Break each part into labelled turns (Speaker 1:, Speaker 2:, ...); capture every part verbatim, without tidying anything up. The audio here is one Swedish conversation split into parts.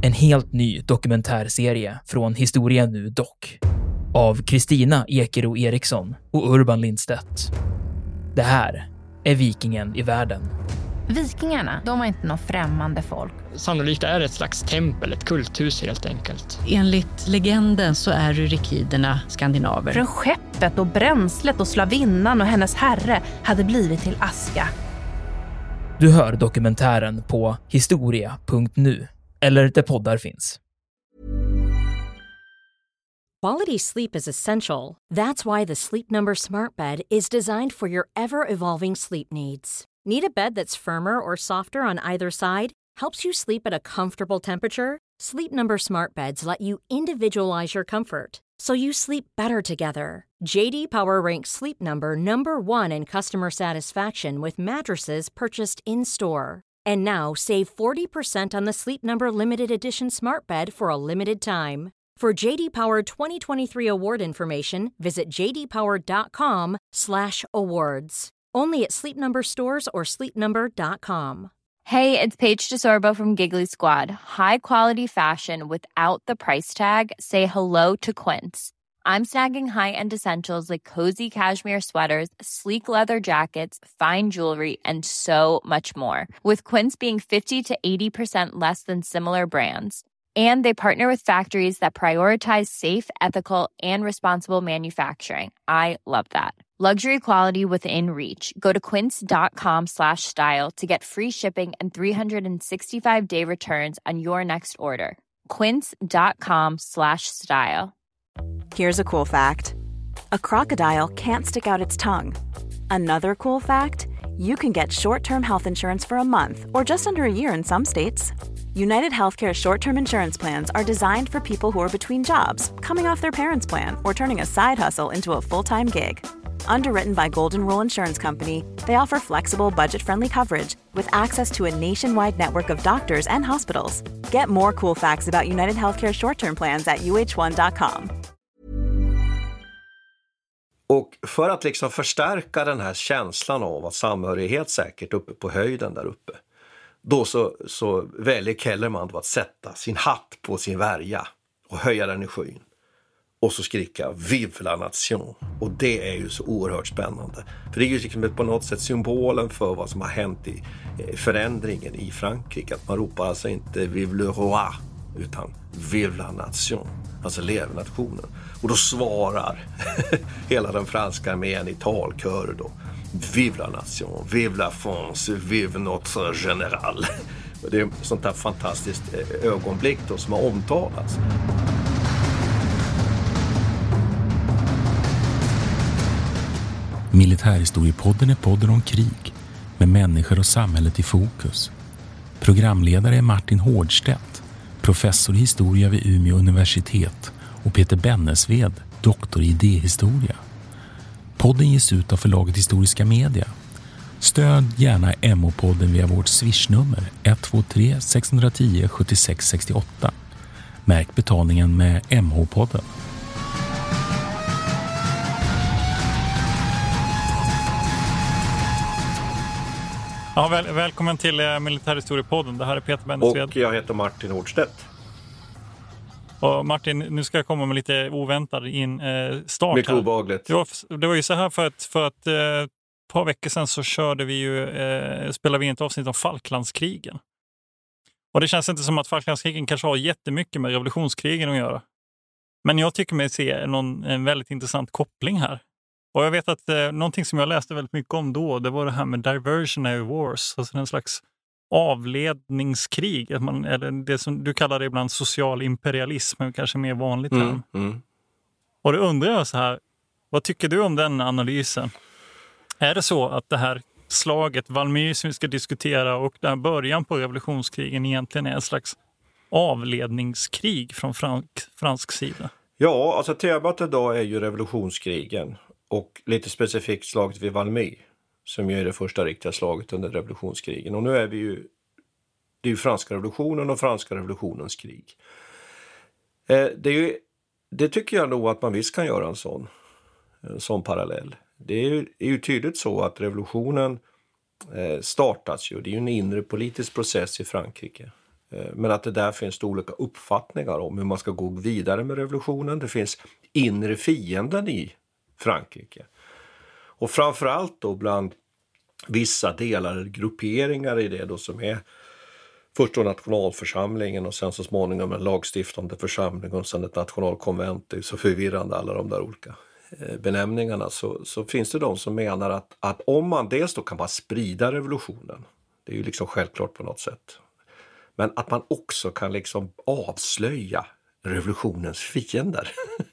Speaker 1: En helt ny dokumentärserie från Historia Nu Dock av Kristina Ekero Eriksson och Urban Lindstedt. Det här är Vikingen i världen.
Speaker 2: Vikingarna, de var inte någon främmande folk.
Speaker 3: Sannolikt är det ett slags tempel, ett kulthus helt enkelt.
Speaker 4: Enligt legenden så är rykiderna skandinaver.
Speaker 2: Från skeppet och bränslet och slavinnan och hennes herre hade blivit till aska.
Speaker 1: Du hör dokumentären på historia punkt nu eller där poddar finns.
Speaker 5: Quality sleep is essential. That's why the Sleep Number Smart Bed is designed for your ever-evolving sleep needs. Need a bed that's firmer or softer on either side? Helps you sleep at a comfortable temperature? Sleep Number Smart Beds let you individualize your comfort, so you sleep better together. J D Power ranks Sleep Number number one in customer satisfaction with mattresses purchased in-store. And now save forty percent on the Sleep Number Limited Edition Smart Bed for a limited time. For J D Power twenty twenty-three award information, visit j d power dot com slash awards. Only at Sleep Number stores or sleep number dot com.
Speaker 6: Hey, it's Paige DeSorbo from Giggly Squad. High quality fashion without the price tag. Say hello to Quince. I'm snagging high-end essentials like cozy cashmere sweaters, sleek leather jackets, fine jewelry, and so much more. With Quince being fifty to eighty percent less than similar brands. And they partner with factories that prioritize safe, ethical, and responsible manufacturing. I love that. Luxury quality within reach. Go to quince.com slash style to get free shipping and three sixty-five day returns on your next order. Quince.com slash style.
Speaker 7: Here's a cool fact. A crocodile can't stick out its tongue. Another cool fact, you can get short-term health insurance for a month or just under a year in some states. United Healthcare short-term insurance plans are designed for people who are between jobs, coming off their parents' plan, or turning a side hustle into a full-time gig. Underwritten by Golden Rule Insurance Company, they offer flexible, budget-friendly coverage with access to a nationwide network of doctors and hospitals. Get more cool facts about United Healthcare short-term plans at u h one dot com.
Speaker 8: Och för att liksom förstärka den här känslan av att samhörighet säkert uppe på höjden där uppe, då så, så väljer Kellerman då att sätta sin hatt på sin värja och höja den i skyn. Och så skrika Vive la nation. Och det är ju så oerhört spännande. För det är ju liksom på något sätt symbolen för vad som har hänt i förändringen i Frankrike. Att man ropar alltså inte Vive le roi utan Vive la nation. Alltså leve nationen. Och då svarar hela den franska armén i talkör då. Vive la nation, vive la France, vive notre général. Och det är ett sånt här fantastiskt ögonblick då som har omtalats.
Speaker 9: Militärhistoriepodden är podden om krig med människor och samhället i fokus. Programledare är Martin Hårdstedt, professor i historia vid Umeå universitet, och Peter Bennesved, doktor i idéhistoria. Podden ges ut av förlaget Historiska Media. Stöd gärna M O-podden via vårt swishnummer ett två tre sex ett noll sju sex sex åtta. Märk betalningen med M H-podden.
Speaker 10: Ja, väl, välkommen till eh, Militärhistoriepodden. Det här är Peter Bennesved.
Speaker 8: Och jag heter Martin Hårdstedt.
Speaker 10: Och Martin, nu ska jag komma med lite oväntad in, eh, start.
Speaker 8: Mycket obehagligt.
Speaker 10: Det var, det var ju så här för att, för att eh, ett par veckor sedan så körde vi ju, eh, spelade vi in ett avsnitt om Falklandskrigen. Och det känns inte som att Falklandskrigen kanske har jättemycket med revolutionskrigen att göra. Men jag tycker mig se någon, en väldigt intressant koppling här. Och jag vet att eh, någonting som jag läste väldigt mycket om då, det var det här med diversionary wars. Alltså en slags avledningskrig. Att man, eller det som du kallar det ibland social imperialism, men kanske mer vanligt här.
Speaker 8: Mm, mm.
Speaker 10: Och då undrar jag så här, vad tycker du om den analysen? Är det så att det här slaget, Valmy som vi ska diskutera, och den här början på revolutionskrigen egentligen är en slags avledningskrig från frank, fransk sida?
Speaker 8: Ja, alltså temat idag är ju revolutionskrigen. Och lite specifikt slaget vid Valmy, som ju är det första riktiga slaget under revolutionskrigen. Och nu är vi ju, det är ju franska revolutionen och franska revolutionens krig. Eh, det, är ju, det tycker jag nog att man visst kan göra en sån, en sån parallell. Det är ju, är ju tydligt så att revolutionen eh, startats ju. Det är ju en inre politisk process i Frankrike. Men att det där finns det olika uppfattningar om hur man ska gå vidare med revolutionen. Det finns inre fienden i Frankrike. Och framförallt då bland vissa delar, grupperingar i det då som är först då nationalförsamlingen och sen så småningom en lagstiftande församling och sen ett nationalkonvent. Det är så förvirrande alla de där olika benämningarna. Så, så finns det de som menar att, att om man dels då kan bara sprida revolutionen, det är ju liksom självklart på något sätt. Men att man också kan liksom avslöja revolutionens fiender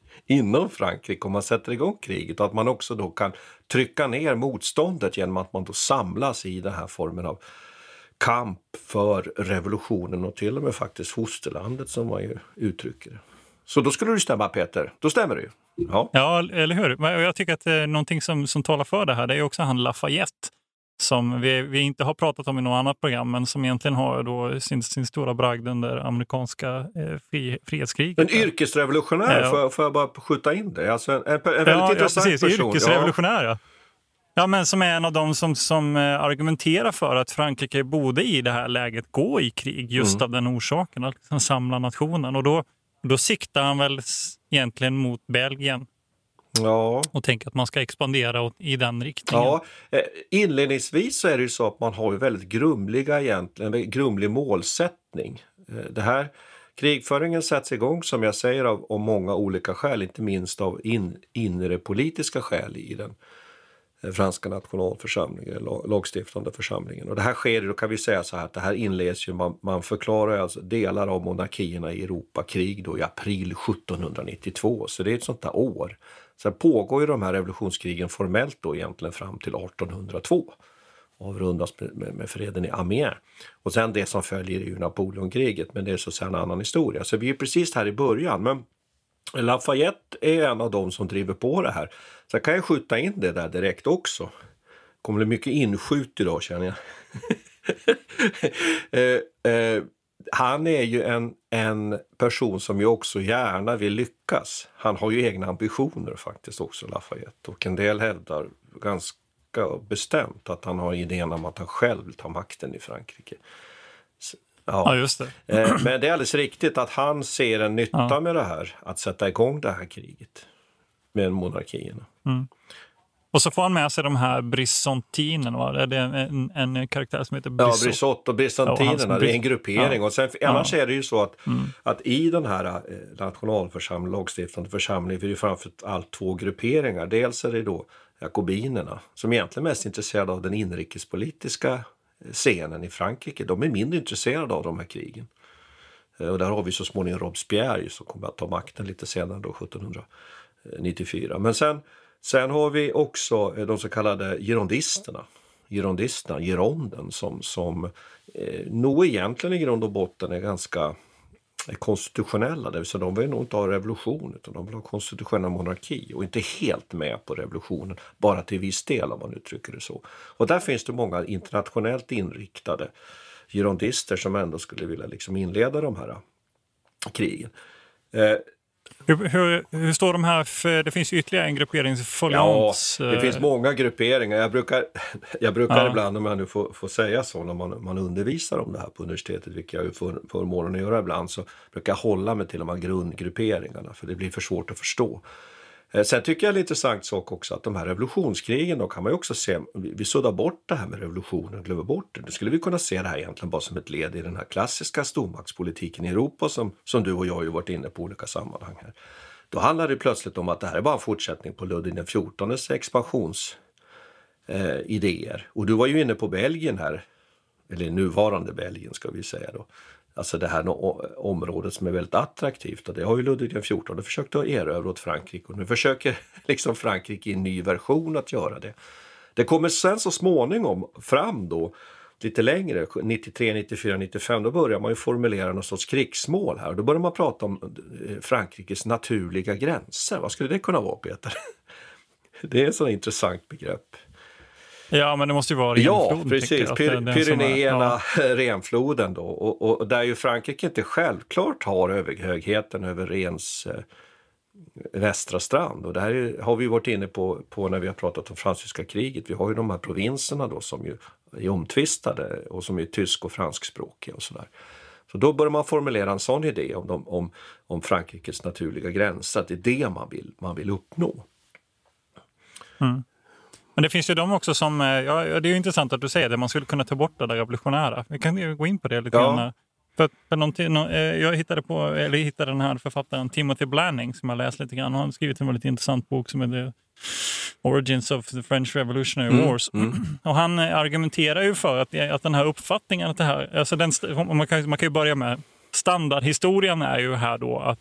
Speaker 8: inom Frankrike om man sätter igång kriget. Och att man också då kan trycka ner motståndet genom att man då samlas i den här formen av kamp för revolutionen och till och med faktiskt fosterlandet som man ju uttrycker det. Så då skulle du stämma, Peter. Då stämmer det ju. Ja,
Speaker 10: ja eller hur? Men jag tycker att eh, någonting som, som talar för det här, det är också han Lafayette som vi, vi inte har pratat om i något annat program, men som egentligen har då sin, sin stora bragd under amerikanska eh, fri, frihetskriget.
Speaker 8: En yrkesrevolutionär,
Speaker 10: ja.
Speaker 8: får, jag, får jag bara skjuta in det? Alltså en, en, en väldigt
Speaker 10: ja,
Speaker 8: intressant
Speaker 10: ja, precis,
Speaker 8: person.
Speaker 10: Yrkesrevolutionär, ja. Ja, men som är en av dem som, som argumenterar för att Frankrike borde i det här läget gå i krig just mm. av den orsaken, att liksom samla nationen. Och då, då siktar han väl egentligen mot Belgien.
Speaker 8: Ja.
Speaker 10: Och tänker att man ska expandera i den riktningen.
Speaker 8: Ja, inledningsvis så är det ju så att man har ju väldigt grumliga egentligen, grumlig målsättning. Det här krigföringen sätts igång som jag säger av, av många olika skäl, inte minst av in, inre politiska skäl i den franska nationalförsamlingen, lagstiftande församlingen. Och det här sker, då kan vi säga så här att det här inleds ju, man, man förklarar alltså delar av monarkierna i Europa krig då i april sjuttonhundranittiotvå, så det är ett sånt där år. Sen pågår ju de här revolutionskrigen formellt då egentligen fram till artonhundratvå. Avrundas med, med, med freden i Amiens. Och sen det som följer är ju Napoleonkriget, men det är så sen en annan historia. Så vi är precis här i början, men Lafayette är en av dem som driver på det här. Så kan jag skjuta in det där direkt också. Kommer det mycket inskjut idag, känner jag. eh, eh, han är ju en, en person som ju också gärna vill lyckas. Han har ju egna ambitioner faktiskt också, Lafayette. Och en del hävdar ganska bestämt att han har idén om att han själv tar makten i Frankrike. Så, ja.
Speaker 10: ja, just det.
Speaker 8: Eh, men det är alldeles riktigt att han ser en nytta ja. med det här. Att sätta igång det här kriget med monarkierna.
Speaker 10: Mm. Och så får han med sig de här Brisontinerna, va? Det är en, en, en karaktär som heter Brissot.
Speaker 8: Ja, Brissot och Brisontinerna, ja, det är en gruppering. Ja. Och sen, annars ja. är det ju så att, mm. att i den här eh, nationalförsamlingen, lagstiftande församlingen, är det framför allt två grupperingar. Dels är det då jakobinerna, som egentligen är mest intresserade av den inrikespolitiska scenen i Frankrike. De är mindre intresserade av de här krigen. Eh, och där har vi så småningom Robespierre som kommer att ta makten lite senare då, sjuttonhundranittiofyra. Men sen Sen har vi också de så kallade girondisterna, girondisterna, gironden som, som eh, nog egentligen i grund och botten är ganska konstitutionella. Det vill säga de vill nog inte ha revolution utan de vill ha konstitutionell monarki och inte helt med på revolutionen, bara till viss del om man uttrycker det så. Och där finns det många internationellt inriktade girondister som ändå skulle vilja liksom inleda de här krigen. Eh,
Speaker 10: Hur, hur, hur står de här, för det finns ju ytterligare en gruppering, Folians,
Speaker 8: Ja, det finns många grupperingar. Jag brukar, jag brukar
Speaker 10: ja.
Speaker 8: ibland, om jag nu får, får säga så, när man, man undervisar om det här på universitetet, vilket jag ju får, får morgon att göra ibland, så brukar jag hålla mig till de här grundgrupperingarna, för det blir för svårt att förstå. Sen tycker jag det är en intressant sak också att de här revolutionskrigen, då kan man ju också se, vi suddar bort det här med revolutionen och glömmer bort det. Då skulle vi kunna se det här egentligen bara som ett led i den här klassiska stormaktspolitiken i Europa som, som du och jag har ju varit inne på olika sammanhang här. Då handlar det plötsligt om att det här är bara en fortsättning på Ludvig den fjortondes expansionsidéer. Eh, och du var ju inne på Belgien här, eller nuvarande Belgien ska vi säga då. Alltså det här området som är väldigt attraktivt. Och det har ju Ludvig den fjortonde försökt att erövra åt Frankrike. Och nu försöker liksom Frankrike i en ny version att göra det. Det kommer sen så småningom fram då, lite längre, nittiotre, nittiofyra, nittiofem, då börjar man ju formulera någon sorts krigsmål här. Och då börjar man prata om Frankrikes naturliga gränser. Vad skulle det kunna vara, Peter? Det är ett så intressant begrepp.
Speaker 10: Ja, men det måste ju vara renfloden.
Speaker 8: Ja, precis. Pyr- Pyrenéerna, ja. renfloden då. Och, och där ju Frankrike inte självklart har överhögheten över Rens eh, västra strand. Och det här är, har vi varit inne på, på när vi har pratat om franska kriget. Vi har ju de här provinserna då som ju är omtvistade och som är tysk- och franskspråkiga och sådär. Så då börjar man formulera en sån idé om, de, om, om Frankrikes naturliga gränser, att det är det man vill, man vill uppnå.
Speaker 10: Mm. Men det finns ju de också som, ja, det är ju intressant att du säger det, man skulle kunna ta bort det där revolutionära. Vi kan ju gå in på det lite
Speaker 8: ja.
Speaker 10: grann. För, för någonting, jag hittade på, eller hittade den här författaren Timothy Blanning som jag läst lite grann. Han har skrivit en väldigt intressant bok som heter Origins of the French Revolutionary
Speaker 8: mm,
Speaker 10: Wars.
Speaker 8: Mm.
Speaker 10: Och han argumenterar ju för att, att den här uppfattningen, att det här, alltså den, man, kan, man kan ju börja med standardhistorien är ju här då att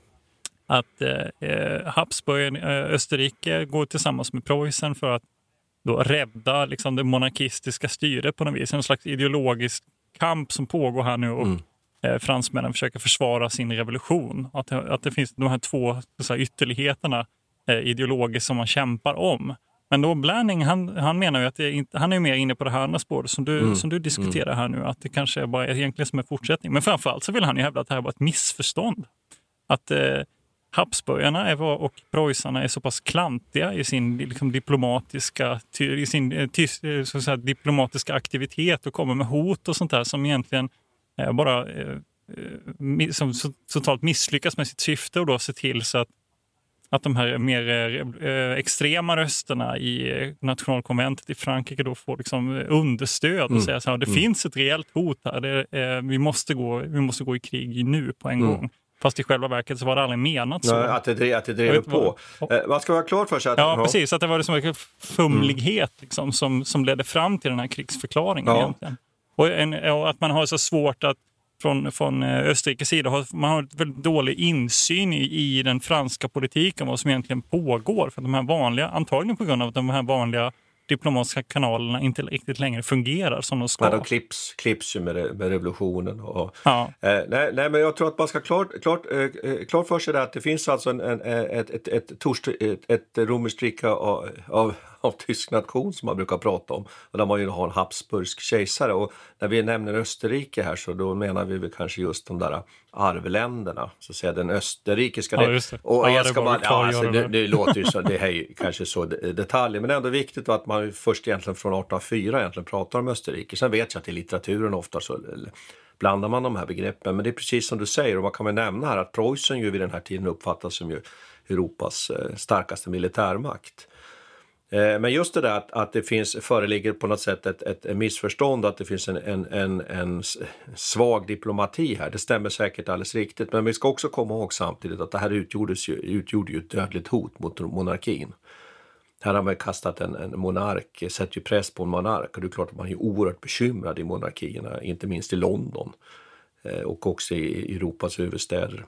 Speaker 10: att eh, Habsburg, eh, Österrike går tillsammans med Preussen för att då rädda liksom, det monarkistiska styret på något vis. En slags ideologisk kamp som pågår här nu och mm. eh, fransmännen försöker försvara sin revolution. Att, att det finns de här två så här, ytterligheterna eh, ideologiskt som man kämpar om. Men då Blanning, han, han menar ju att det inte, han är mer inne på det här andra spåret som du, mm. som du diskuterar här nu. Att det kanske bara är egentligen som en fortsättning. Men framförallt så vill han ju hävda att det här var ett missförstånd. Att eh, Habsburgarna är, och preussarna är så pass klantiga i sin liksom, diplomatiska, i sin tys, så att säga, diplomatiska aktivitet och kommer med hot och sånt där som egentligen eh, bara eh, som så, totalt misslyckas med sitt syfte och då se till så att, att de här mer eh, extrema rösterna i nationalkonventet i Frankrike då får liksom understöd och mm. säga så här, det mm. finns ett reellt hot här, det, eh, vi, måste gå, vi måste gå i krig nu på en mm. gång. Fast i själva verket så var det aldrig menat så.
Speaker 8: Nej, att det drev, att det drev på. Eh, man ska vara klart för sig att...
Speaker 10: Ja, ja. precis. Att det var liksom en fumlighet mm. liksom, som, som ledde fram till den här krigsförklaringen ja. egentligen. Och, en, och att man har så svårt att från, från Österrikes sida har, man har väldigt dålig insyn i, i den franska politiken, vad som egentligen pågår. För de här vanliga, antagligen på grund av att de här vanliga diplomatiska kanalerna inte riktigt längre fungerar som de ska.
Speaker 8: Men de klipps, klipps ju med, med revolutionen. Och,
Speaker 10: ja.
Speaker 8: eh, nej, nej, men jag tror att man ska klart, klart, eh, klart för sig att det finns alltså en, en, ett, ett, ett, torst, ett, ett romerskt rike av, av, av tysk nation som man brukar prata om. Och där man ju har en habsburgsk kejsare. Och när vi nämner Österrike här så då menar vi väl kanske just de där arvländerna. Så att säga den österrikiska.
Speaker 10: Ja, just det.
Speaker 8: Och
Speaker 10: ja,
Speaker 8: jag
Speaker 10: det
Speaker 8: ska bara, ja, alltså, det,
Speaker 10: det.
Speaker 8: det låter ju så, det här är kanske så detaljer. Men det är ändå viktigt att man först egentligen från arton fyra egentligen pratar om Österrike. Sen vet jag att i litteraturen ofta så blandar man de här begreppen. Men det är precis som du säger, och man kan väl nämna här att Preussen ju vid den här tiden uppfattas som ju Europas starkaste militärmakt. Men just det där att, att det finns, föreligger på något sätt ett, ett, ett missförstånd, att det finns en, en, en, en svag diplomati här. Det stämmer säkert alldeles riktigt. Men vi ska också komma ihåg samtidigt att det här utgjordes ju, utgjorde ju ett dödligt hot mot monarkin. Här har man kastat en, en monark, sett ju press på en monark. Och det är klart att man är oerhört bekymrad i monarkierna, inte minst i London. Och också i Europas huvudstäder.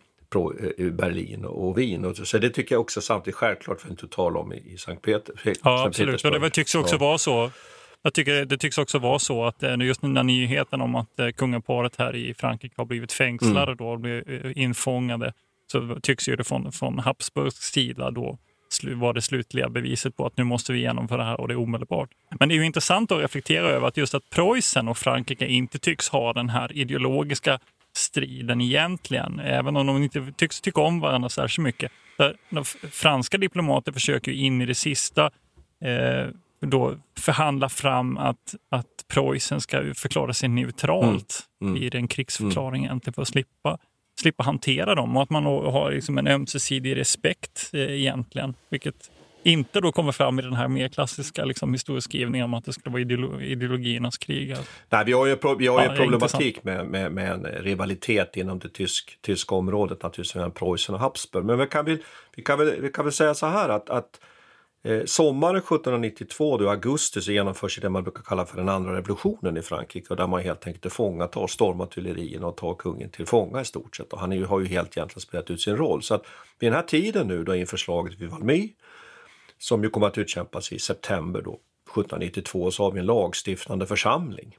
Speaker 8: Berlin och Wien. Så det tycker jag också samtidigt självklart för en total om i Sankt Peter.
Speaker 10: Ja, absolut. Och det tycks också ja. vara så. Jag tycker det tycks också vara så att just den där nyheten om att kungaparet här i Frankrike har blivit fängslade mm. då, blivit infångade, så tycks ju det från, från Habsburgs sida då var det slutliga beviset på att nu måste vi genomföra det här och det är omedelbart. Men det är ju intressant att reflektera över att just att Preussen och Frankrike inte tycks ha den här ideologiska striden egentligen, även om de inte tycks tycka om varandra särskilt mycket. De franska diplomater försöker ju in i det sista eh, då förhandla fram att, att Preussen ska förklara sig neutralt mm. Mm. i den krigsförklaringen mm. för att slippa, slippa hantera dem, och att man har liksom en ömsesidig respekt eh, egentligen, vilket inte då kommer fram i den här mer klassiska liksom, historieskrivningen om att det skulle vara ideolo- ideologiernas krig.
Speaker 8: Nej, vi har ju, pro- vi har ju ja, problematik med, med, med en rivalitet inom det tysk, tyska området, naturligtvis mellan Preussen och Habsburg. Men vi kan väl, vi kan väl, vi kan väl säga så här att, att eh, sommaren sjuttonhundranittiotvå, då i augusti, så genomförs det man brukar kalla för den andra revolutionen i Frankrike, och där man helt enkelt fångar, tar stormartillerierna och tar kungen till fånga i stort sett. Och han är ju, har ju helt egentligen spelat ut sin roll. Så att vid den här tiden nu då inför slaget vid Valmy, som ju kommer att utkämpas i september då, sjuttonhundranittiotvå, så har vi en lagstiftande församling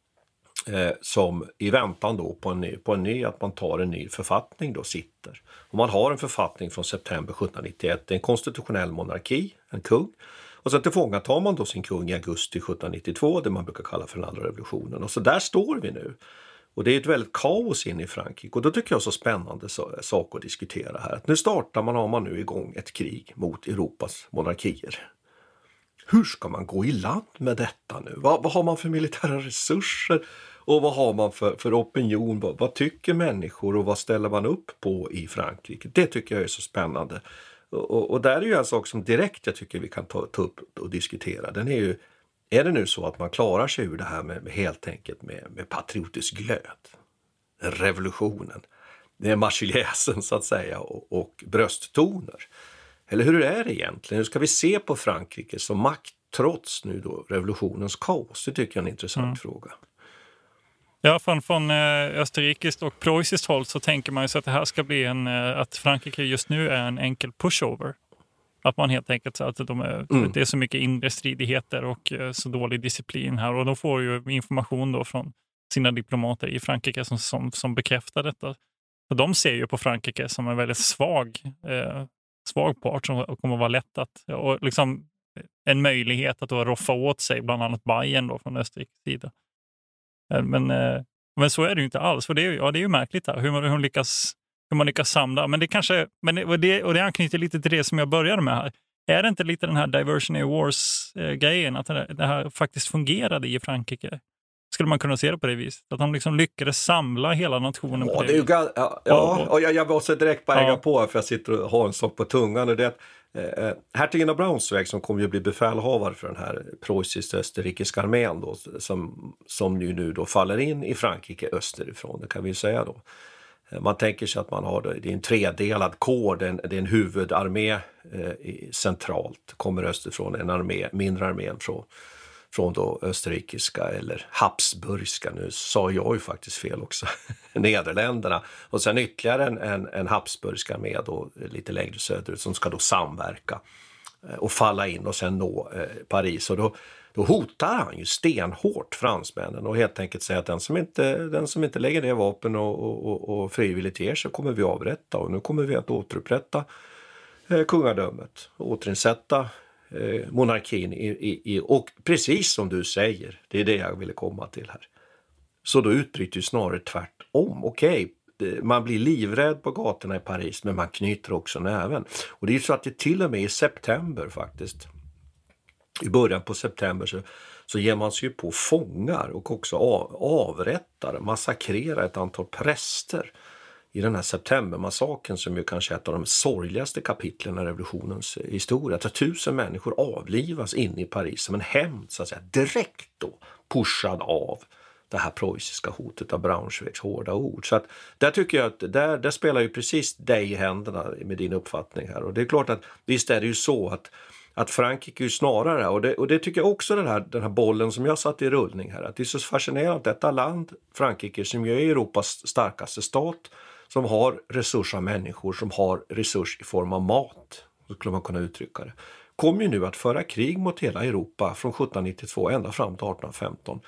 Speaker 8: eh, som i väntan då på en, ny, på en ny, att man tar en ny författning då sitter. Och man har en författning från september sjuttonhundranittioett, en konstitutionell monarki, en kung. Och sen tillfångatar man då sin kung i augusti sjuttonhundranittiotvå, det man brukar kalla för den andra revolutionen. Och så där står vi nu. Och det är ett väldigt kaos in i Frankrike. Och då tycker jag så spännande sak att diskutera här. Att nu startar man, har man nu igång ett krig mot Europas monarkier. Hur ska man gå i land med detta nu? Vad, vad har man för militära resurser? och vad har man för, för opinion? Vad, vad tycker människor och vad ställer man upp på i Frankrike? Det tycker jag är så spännande. Och, och, och där är ju en sak som direkt jag tycker vi kan ta, ta upp och diskutera. Den är ju, är det nu så att man klarar sig ur det här med, med helt enkelt med, med patriotisk glöd? Revolutionen. Det är marseljäsen så att säga och, och brösttoner. Eller hur är det egentligen? Hur ska vi se på Frankrike som makt trots nu då revolutionens kaos? Det tycker jag är en intressant mm. fråga.
Speaker 10: Ja, från, från österrikiskt och preussiskt håll så tänker man ju så att det här ska bli en, att Frankrike just nu är en enkel pushover. Att man helt enkelt så att de är, mm. det är så mycket inre stridigheter och så dålig disciplin här. Och de får ju information då från sina diplomater i Frankrike som, som, som bekräftar detta. Och de ser ju på Frankrike som en väldigt svag, eh, svag part som kommer att vara lätt att, och liksom en möjlighet att då roffa åt sig bland annat Bayern då från Österrikes sida. Men, eh, men så är det ju inte alls. För det är, ja, det är ju märkligt här, hur man, hur man, lyckas, hur man lyckas samla. Men det kanske, men det, och, det, och det anknyter lite till det som jag började med här. Är det inte lite den här Diversionary Wars-grejen, att det, det här faktiskt fungerade i Frankrike? Skulle man kunna se det på det viset? Att de liksom lyckades samla hela nationen
Speaker 8: ja,
Speaker 10: på det,
Speaker 8: det är ju ga- ja, ja, och jag, jag måste direkt bara äga ja. på för jag sitter och har en sak på tungan. Och det är att eh, hertigen av Braunschweig som kommer ju bli befälhavare för den här preussisk-österrikiska armén då, som, som ju nu då faller in i Frankrike österifrån, det kan vi ju säga då. Man tänker sig att man har det, det är en tredelad kår, det är en, det är en huvudarmé eh, centralt, kommer österifrån, en armé, mindre armén från från då österrikiska eller habsburgska, nu sa jag ju faktiskt fel också, Nederländerna. Och sen ytterligare en, en, en habsburgska med då lite längre söderut som ska då samverka eh, och falla in och sen nå eh, Paris. Och då, då hotar han ju stenhårt fransmännen och helt enkelt säger att den som inte, den som inte lägger ner vapen och, och, och, och frivilligt ger så kommer vi avrätta. Och nu kommer vi att återupprätta eh, kungadömet, återinsätta monarkin i, i, i, och precis som du säger, det är det jag ville komma till här. Så då utbryter ju snarare tvärtom. Okej, man blir livrädd på gatorna i Paris, men man knyter också näven. Och det är ju så att det till och med i september faktiskt, i början på september så, så ger man sig ju på fångar och också av, avrättar, massakrerar ett antal präster i den här septembermassaken som ju kanske är ett av de sorgligaste kapitlen i revolutionens historia. Att tusen människor avlivas inne i Paris som en hämnd så att säga, direkt då pushad av det här preussiska hotet av Braunschweigs hårda ord. Så att där tycker jag att där, där spelar ju precis dig i händerna med din uppfattning här. Och det är klart att visst är det ju så att att Frankrike är ju snarare, och det, och det tycker jag också den här, den här bollen som jag satt i rullning här, att det är så fascinerande att detta land, Frankrike, som ju är Europas starkaste stat, som har resurs av människor, som har resurs i form av mat, så skulle man kunna uttrycka det, kommer ju nu att föra krig mot hela Europa från sjuttonhundranittiotvå ända fram till arton femton.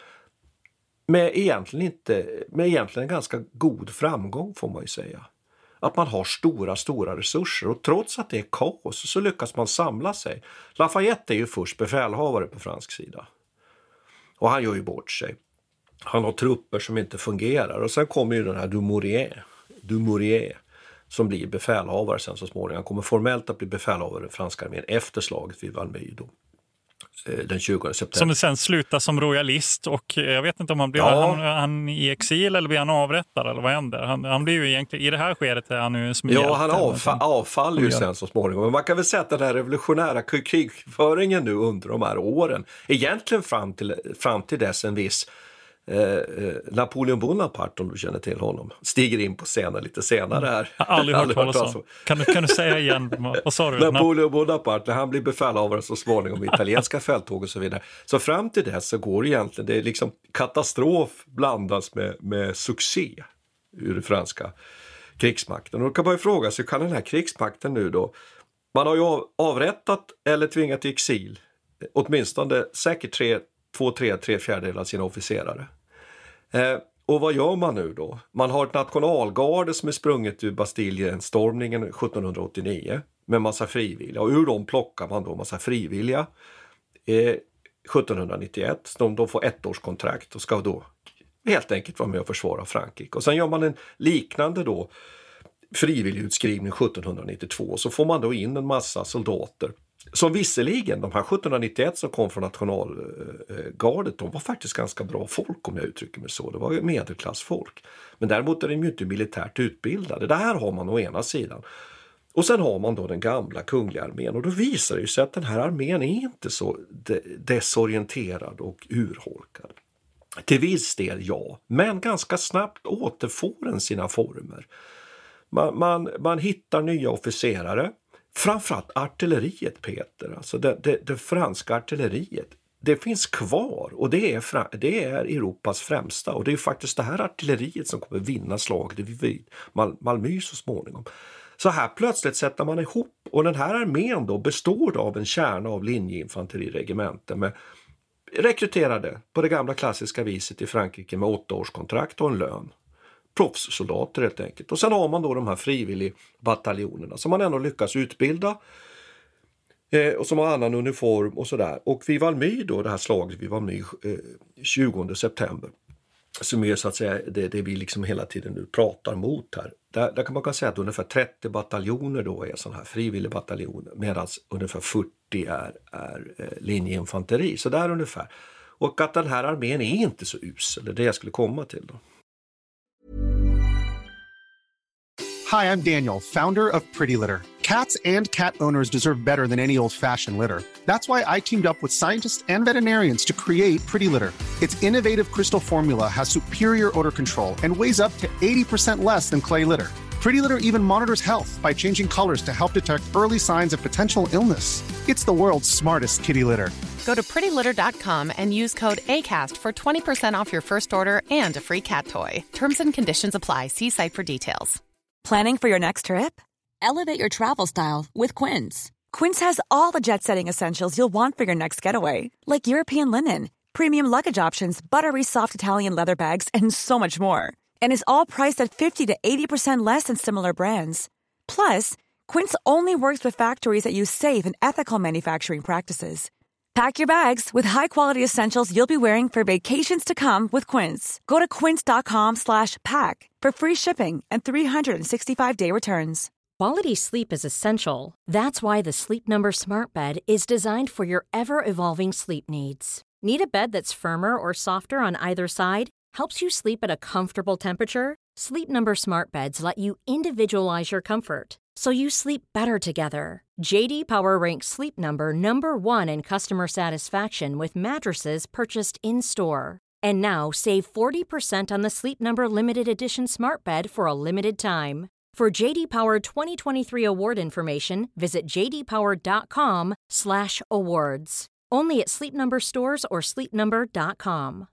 Speaker 8: Med egentligen, inte, med egentligen en ganska god framgång får man ju säga. Att man har stora, stora resurser och trots att det är kaos så lyckas man samla sig. Lafayette är ju först befälhavare på fransk sida. Och han gör ju bort sig. Han har trupper som inte fungerar och sen kommer ju den här Dumouriez, Dumouriez som blir befälhavare sen så småningom. Han kommer formellt att bli befälhavare i franska armén efter slaget vid Valmy då. Den tjugonde september.
Speaker 10: Som sen slutar som royalist och jag vet inte om han blir ja. han, han i exil eller blir han avrättad eller vad händer. Han, han blir ju egentligen, i det här skedet är han ju som
Speaker 8: Ja,
Speaker 10: hjälten,
Speaker 8: han avfa- avfaller ju sen så småningom. Men man kan väl säga att den här revolutionära krigföringen nu under de här åren, egentligen fram till, fram till dess en viss Eh, Napoleon Bonaparte, om du känner till honom, stiger in på scenen lite senare här.
Speaker 10: Jag har aldrig hört talas om. Kan du, kan du säga igen? Vad sa du?
Speaker 8: Napoleon Bonaparte, när han blir befälhavare så småningom i italienska fälttåg och så vidare. Så fram till det så går det egentligen, det är liksom katastrof blandas med, med succé ur den franska krigsmakten. Och då kan man ju fråga sig, kan den här krigsmakten nu då, man har ju avrättat eller tvingat till exil åtminstone säkert tre två, tre, tre fjärdedelar av sina officerare. Eh, och vad gör man nu då? Man har ett nationalgarde som är sprunget ur Bastillenstormningen sjuttonhundraåttionio med massa frivilliga. Och ur dem plockar man då massa frivilliga eh, sjuttonhundranittioett. De, de får ett års kontrakt och ska då helt enkelt vara med och försvara Frankrike. Och sen gör man en liknande då frivillig utskrivning sjuttonhundranittiotvå. Så får man då in en massa soldater Som visserligen, de här sjuttonhundranittioett som kom från nationalgardet, de var faktiskt ganska bra folk om jag uttrycker mig så. Det var ju medelklassfolk. Men däremot är de ju inte militärt utbildade. Det här har man å ena sidan. Och sen har man då den gamla kungliga armén. Och då visar det sig att den här armén är inte så de- desorienterad och urholkad. Till viss del ja, men ganska snabbt återfår den sina former. Man, man, man hittar nya officerare. Framförallt artilleriet, Peter, alltså det, det, det franska artilleriet, det finns kvar och det är, det är Europas främsta, och det är faktiskt det här artilleriet som kommer vinna slaget vid Mal, Malmö så småningom. Så här plötsligt sätter man ihop, och den här armén då består av en kärna av linjeinfanteriregementen med rekryterade på det gamla klassiska viset i Frankrike med åtta års kontrakt och en lön. Proffssoldater helt enkelt. Och sen har man då de här frivilligbataljonerna som man ändå lyckas utbilda eh, och som har annan uniform och sådär. Och vid Valmy då, det här slaget vid Valmy eh, tjugonde september, som är så att säga det, det vi liksom hela tiden nu pratar mot här. Där, där kan man kan säga att ungefär trettio bataljoner då är sådana här frivilligbataljoner, medan ungefär fyrtio är, är eh, linjeinfanteri. Så där ungefär. Och att den här armén är inte så usel, det är det jag skulle komma till då.
Speaker 11: Hi, I'm Daniel, founder of Pretty Litter. Cats and cat owners deserve better than any old-fashioned litter. That's why I teamed up with scientists and veterinarians to create Pretty Litter. Its innovative crystal formula has superior odor control and weighs up to eighty percent less than clay litter. Pretty Litter even monitors health by changing colors to help detect early signs of potential illness. It's the world's smartest kitty litter.
Speaker 2: Go to pretty litter dot com and use code ACAST for twenty percent off your first order and a free cat toy. Terms and conditions apply. See site for details.
Speaker 7: Planning for your next trip? Elevate your travel style with Quince. Quince has all the jet-setting essentials you'll want for your next getaway, like European linen, premium luggage options, buttery soft Italian leather bags, and so much more. And is all priced at fifty to eighty percent less than similar brands. Plus, Quince only works with factories that use safe and ethical manufacturing practices. Pack your bags with high-quality essentials you'll be wearing for vacations to come with Quince. Go to quince.com slash pack for free shipping and three sixty-five day returns.
Speaker 5: Quality sleep is essential. That's why the Sleep Number Smart Bed is designed for your ever-evolving sleep needs. Need a bed that's firmer or softer on either side? Helps you sleep at a comfortable temperature? Sleep Number Smart Beds let you individualize your comfort, so you sleep better together. J D Power ranks Sleep Number number one in customer satisfaction with mattresses purchased in-store. And now save forty percent on the Sleep Number Limited Edition Smart Bed for a limited time. For J D Power twenty twenty-three award information, visit j d power dot com slash awards. Only at Sleep Number stores or sleep number dot com.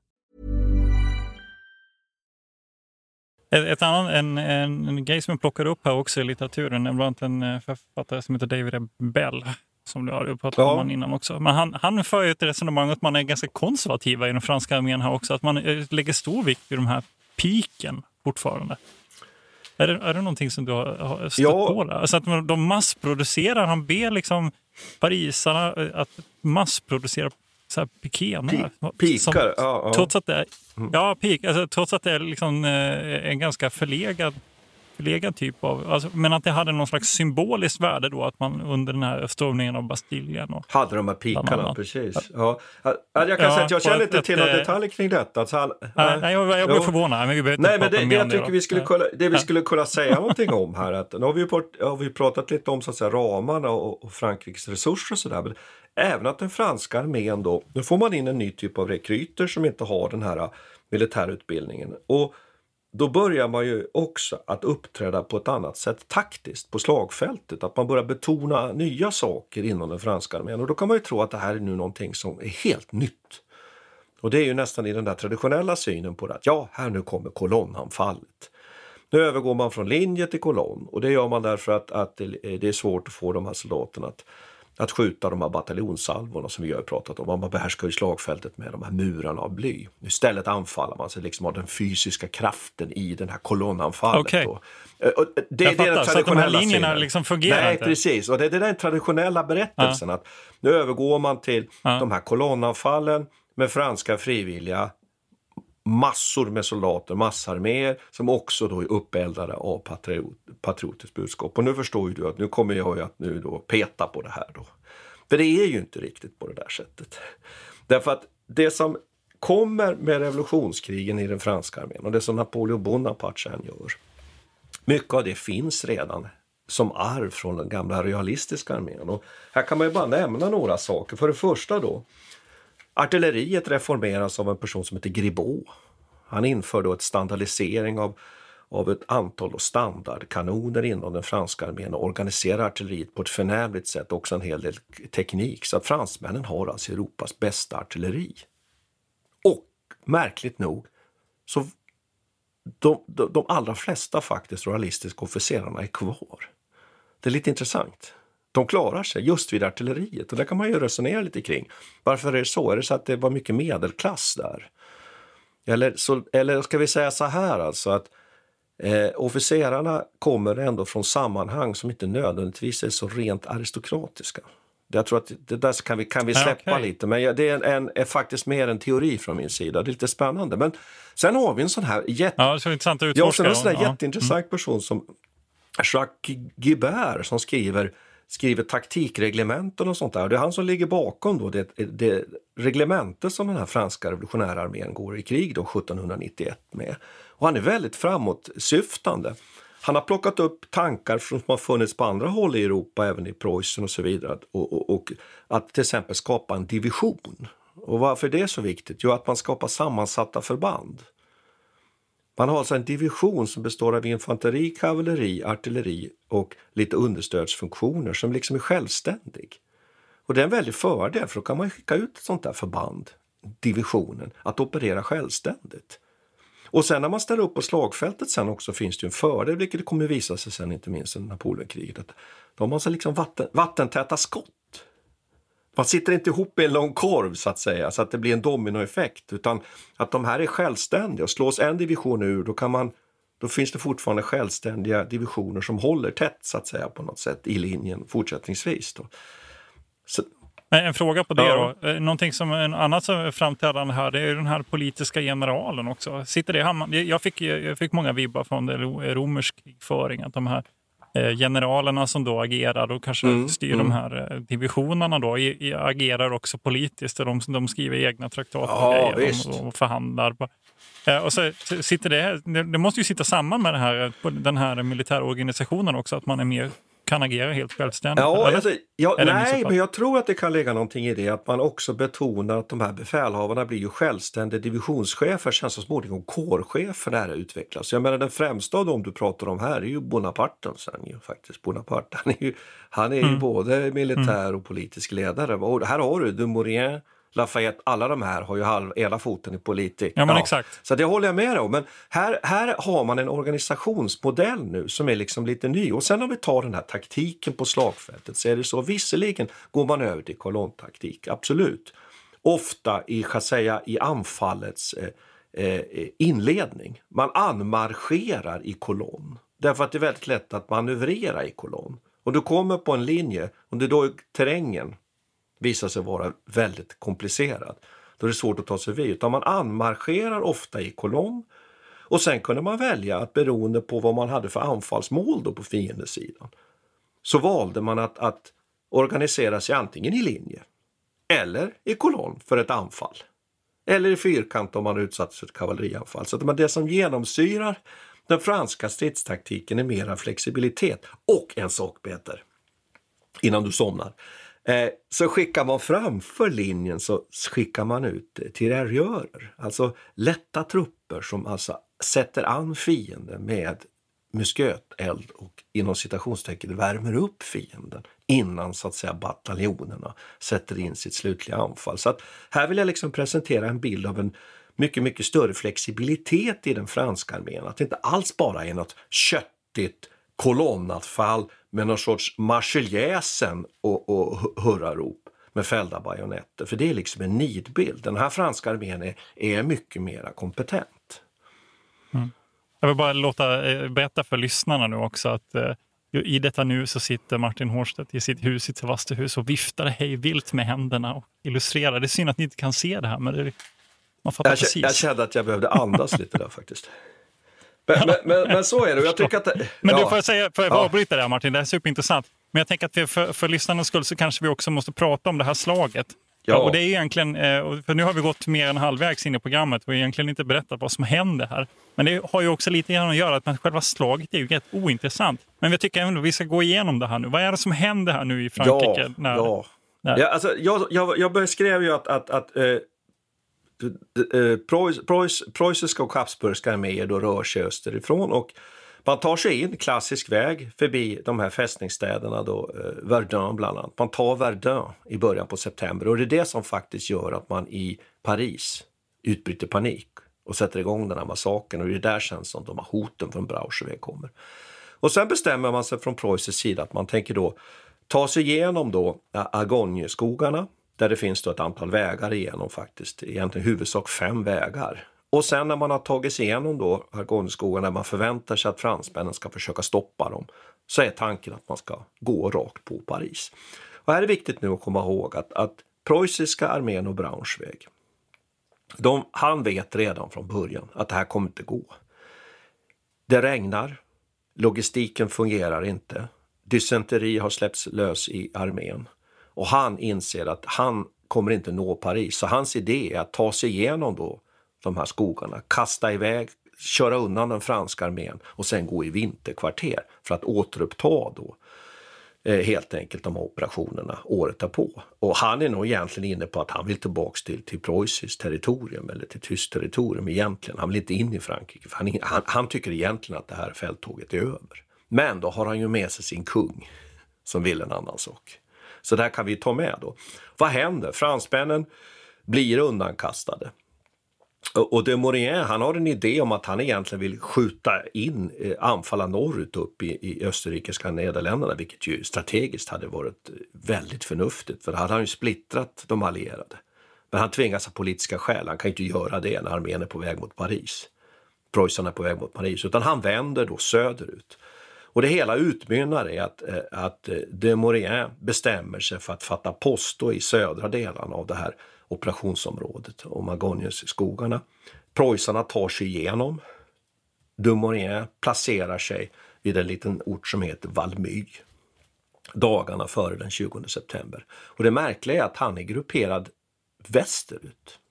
Speaker 10: Ett annan, en, en, en grej som jag plockar upp här också i litteraturen är bland annat en författare som heter David Bell, som du har pratat ja. om innan också. Men han, han för ju ett resonemang att man är ganska konservativa i den franska armén här också, att man lägger stor vikt vid de här piken fortfarande. Är det, är det någonting som du har, har stött ja. på där? Alltså att de massproducerar, han ber liksom parisarna att massproducera så här pikener.
Speaker 8: Pikar, ja, ja.
Speaker 10: Trots att det är, ja, pik, alltså, trots att det är liksom, eh, en ganska förlegad, förlegad typ av, alltså, men att det hade någon slags symboliskt värde då, att man under den här stormningen av Bastiljen och
Speaker 8: hade de här pikarna, precis. Ja. Jag kan ja, säga att jag känner inte till några detaljer kring detta. Alltså, all,
Speaker 10: nej, nej, jag, jag blev förvånad. Men vi nej,
Speaker 8: men det, det jag tycker vi skulle kunna, det vi skulle kunna säga någonting om här, att nu har vi, port, har vi pratat lite om så att säga, ramarna och, och Frankrikes resurser och sådär, men även att den franska armén då, nu får man in en ny typ av rekryter som inte har den här militärutbildningen, och då börjar man ju också att uppträda på ett annat sätt taktiskt på slagfältet, att man börjar betona nya saker inom den franska armén, och då kan man ju tro att det här är nu någonting som är helt nytt. Och det är ju nästan i den där traditionella synen på det, att ja, här nu kommer kolonnanfallet. Nu övergår man från linje till kolonn, och det gör man därför att, att det är svårt att få de här soldaterna att Att skjuta de här bataljonssalvorna som vi har pratat om. Man behärskar ju slagfältet med de här murarna av bly. Istället anfaller man sig liksom av den fysiska kraften i den här kolonnanfallet.
Speaker 10: Okay.
Speaker 8: Och det är den
Speaker 10: så att de här linjerna liksom fungerar.
Speaker 8: Nej,
Speaker 10: inte.
Speaker 8: precis. Och det är den traditionella berättelsen. Ja. Att nu övergår man till ja. de här kolonnanfallen med franska frivilliga. Massor med soldater, massarméer som också då är uppeldade av patriot, patriotiskt budskap. Och nu förstår ju du att nu kommer jag ju att nu då peta på det här då. För det är ju inte riktigt på det där sättet. Därför att det som kommer med revolutionskrigen i den franska armén och det som Napoleon Bonaparte sen gör, mycket av det finns redan som arv från den gamla realistiska armén. Och här kan man ju bara nämna några saker. För det första då, artilleriet reformeras av en person som heter Gribaud. Han inför då ett standardisering av, av ett antal standardkanoner inom den franska armén och organiserar artilleriet på ett förnämligt sätt, också en hel del teknik. Så att fransmännen har alltså Europas bästa artilleri. Och märkligt nog så de, de, de allra flesta faktiskt realistiska officerarna är kvar. Det är lite intressant. De klarar sig just vid artilleriet och det kan man ju resonera lite kring. Varför är det så? Är det så att det var mycket medelklass där? Eller, så, eller ska vi säga så här alltså att eh, officerarna kommer ändå från sammanhang som inte nödvändigtvis är så rent aristokratiska. Jag tror att det där kan vi, kan vi släppa okay. lite, men det är, en, en, är faktiskt mer en teori från min sida. Det är lite spännande. Men sen har vi en sån här jätte...
Speaker 10: ja, så intressant att utforska.
Speaker 8: Ja, en sån här
Speaker 10: ja.
Speaker 8: jätteintressant mm. person som Jacques Guibert som skriver, skriver taktikreglementen och sånt där. Det är han som ligger bakom då det, det reglemente som den här franska revolutionära armén går i krig då sjuttonhundranittioett med. Och han är väldigt framåtsyftande. Han har plockat upp tankar som har funnits på andra håll i Europa, även i Preussen och så vidare. Och, och, och att till exempel skapa en division. Och varför det är så viktigt? Jo, att man skapar sammansatta förband. Man har alltså en division som består av infanteri, kavalleri, artilleri och lite understödsfunktioner som liksom är självständig. Och det är en väldig fördel, för då kan man skicka ut ett sånt där förband, divisionen, att operera självständigt. Och sen när man ställer upp på slagfältet sen också finns det ju en fördel, vilket det kommer att visa sig sen inte minst i Napoleonkriget. Att de har man så liksom vatten, vattentäta skott. Man sitter inte ihop i en lång korv så att säga, så att det blir en dominoeffekt, utan att de här är självständiga. Och slås en division ur, då kan man, då finns det fortfarande självständiga divisioner som håller tätt så att säga på något sätt i linjen fortsättningsvis då. Så,
Speaker 10: en fråga på det
Speaker 8: ja.
Speaker 10: då. Någonting som en annat som framträdande här, det är den här politiska generalen också. Sitter det här, jag fick, jag fick många vibbar från det romersk krigföring, att de här generalerna som då agerar och kanske mm, styr mm. de här divisionerna då i, i, agerar också politiskt. De, de skriver egna traktater
Speaker 8: ja,
Speaker 10: och, grejer, och förhandlar. Och så sitter det, det måste ju sitta samman med det här, den här militärorganisationen också, att man är mer kan agera helt självständigt.
Speaker 8: Ja, alltså, ja, nej, men jag tror att det kan lägga någonting i det, att man också betonar att de här befälhavarna blir ju självständiga divisionschefer, känns så småningom kårchefer när det utvecklas. Jag menar, den främsta av dem du pratar om här är ju Bonaparte sen ju faktiskt. Bonaparte, han är ju, han är ju mm. både militär mm. och politisk ledare. Och här har du Dumoulin, Lafayette, alla de här har ju halv, ena foten i politik.
Speaker 10: Ja, men ja. Exakt.
Speaker 8: Så det håller jag med om. Men här, här har man en organisationsmodell nu som är liksom lite ny. Och sen om vi tar den här taktiken på slagfältet så är det så, visserligen går man över till kolonntaktik, absolut. Ofta i, ska säga, i anfallets eh, eh, inledning. Man anmarscherar i kolonn. Därför att det är väldigt lätt att manövrera i kolonn. Och du kommer på en linje, och det då är terrängen visar sig vara väldigt komplicerad. Då är det svårt att ta sig vid. Utan man anmarscherar ofta i kolonn. Och sen kunde man välja att beroende på vad man hade för anfallsmål då på fiendesidan. Så valde man att, att organisera sig antingen i linje. Eller i kolonn för ett anfall. Eller i fyrkant om man utsatts för ett kavallerianfall. Så att det som genomsyrar den franska stridstaktiken är mera flexibilitet. Och en sak, Peter, innan du somnar. Eh, så skickar man framför linjen så skickar man ut tirailleurs, alltså lätta trupper som alltså sätter an fienden med musköteld och inom citationstecken värmer upp fienden innan så att säga bataljonerna sätter in sitt slutliga anfall. Så att här vill jag liksom presentera en bild av en mycket, mycket större flexibilitet i den franska armén. Att det inte alls bara är något köttigt kolonnatfall med någon sorts marscheljäsen och, och hurrarop med fällda bajonetter. För det är liksom en nidbild. Den här franska armén är, är mycket mer kompetent.
Speaker 10: Mm. Jag vill bara låta eh, berätta för lyssnarna nu också att eh, i detta nu så sitter Martin Hårdstedt i sitt hus, i sitt Vastuhus, och viftar hej vilt med händerna och illustrerar. Det är synd att ni inte kan se det här, men det, man fattar
Speaker 8: jag,
Speaker 10: precis.
Speaker 8: Jag kände att jag behövde andas lite där faktiskt. Men, men, men, men så är det. Jag tycker att det,
Speaker 10: men
Speaker 8: ja.
Speaker 10: du får säga, får jag ja. avbryta det här, Martin, det är superintressant. Men jag tänker att vi för, för lyssnarnas skull så kanske vi också måste prata om det här slaget.
Speaker 8: Ja.
Speaker 10: Och det är egentligen, för nu har vi gått mer än halvvägs in i programmet och egentligen inte berättat vad som händer här. Men det har ju också lite grann att göra att själva slaget är ju rätt ointressant. Men jag tycker ändå att vi ska gå igenom det här nu. Vad är det som händer här nu i Frankrike?
Speaker 8: Ja,
Speaker 10: när,
Speaker 8: ja.
Speaker 10: när...
Speaker 8: ja alltså, jag, jag, jag beskrev ju att, att, att äh, äh, Preuss, Preuss, preussiska och habsburgska arméer då rör sig österifrån och man tar sig in klassisk väg förbi de här fästningsstäderna då, eh, Verdun bland annat. Man tar Verdun i början på september och det är det som faktiskt gör att man i Paris utbryter panik och sätter igång den här massakern och det är där sen som de här hoten från Braunschweig kommer. Och sen bestämmer man sig från Preussens sida att man tänker då ta sig igenom då Argonneskogarna där det finns då ett antal vägar igenom faktiskt, egentligen huvudsak fem vägar. Och sen när man har tagit sig igenom då Argonneskogarna, när man förväntar sig att fransmännen ska försöka stoppa dem, så är tanken att man ska gå rakt på Paris. Och här är det viktigt nu att komma ihåg att, att preussiska armén och Braunschweig, de, han vet redan från början att det här kommer inte gå. Det regnar, logistiken fungerar inte, dysenteri har släppts lös i armén och han inser att han kommer inte nå Paris. Så hans idé är att ta sig igenom då de här skogarna, kasta iväg, köra undan den franska armén och sen gå i vinterkvarter för att återuppta då eh, helt enkelt de här operationerna året därpå. Och han är nog egentligen inne på att han vill tillbaka till, till preussiskt territorium eller till tyskt territorium egentligen. Han vill inte in i Frankrike för han, han, han tycker egentligen att det här fälttåget är över. Men då har han ju med sig sin kung som vill en annan sak. Så där kan vi ta med då. Vad händer? Fransmännen blir undankastade. Och de Maurier, han har en idé om att han egentligen vill skjuta in, eh, anfalla norrut upp i, i österrikiska Nederländerna, vilket ju strategiskt hade varit väldigt förnuftigt, för då hade han ju splittrat de allierade. Men han tvingas av politiska skäl, han kan ju inte göra det när armén är på väg mot Paris. Preussen är på väg mot Paris, utan han vänder då söderut. Och det hela utmynnar i att, eh, att de Maurier bestämmer sig för att fatta post då i södra delarna av det här operationsområdet och Argonneskogarna. Preussarna tar sig igenom. Dumouriez placerar sig vid en liten ort som heter Valmy dagarna före den tjugonde september. Och det märkliga är att han är grupperad västerut.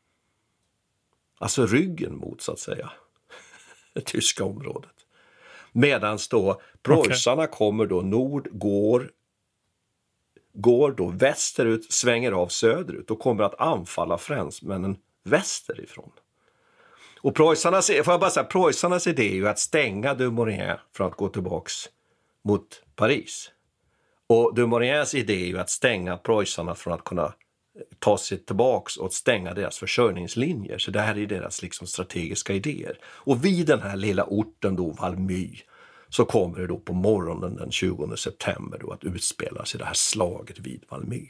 Speaker 8: Alltså ryggen mot så att säga det tyska området. Medan då preussarna okay. kommer då nord, går går då västerut, svänger av söderut och kommer att anfalla fransmännen västerifrån. Och preussarnas, får jag bara säga, preussarnas idé är ju att stänga Dumouriez för att gå tillbaks mot Paris. Och Dumouriez idé är ju att stänga preussarna från att kunna ta sig tillbaks och stänga deras försörjningslinjer. Så det här är deras liksom strategiska idéer. Och vid den här lilla orten då, Valmy, så kommer det då på morgonen den tjugonde september då att utspela sig det här slaget vid Valmy.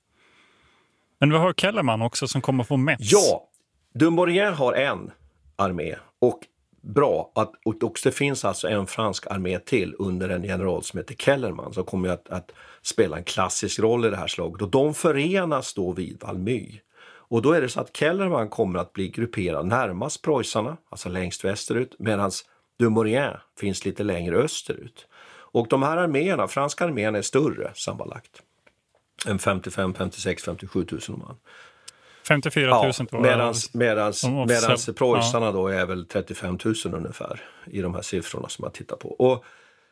Speaker 10: Men vi har Kellerman också som kommer få Metz.
Speaker 8: Ja, Dumouriez har en armé och bra att och också det finns alltså en fransk armé till under en general som heter Kellerman som kommer att, att spela en klassisk roll i det här slaget och de förenas då vid Valmy. Och då är det så att Kellerman kommer att bli grupperad närmast preussarna, alltså längst västerut, medan Dumouriez finns lite längre österut. Och de här arméerna, franska armén är större sammanlagt än femtiofem, femtiosex, femtiosju tusen man.
Speaker 10: femtiofyra tusen
Speaker 8: ja, medans, medans, medans preussarna ja. då är väl trettiofem tusen ungefär i de här siffrorna som jag tittar på. Och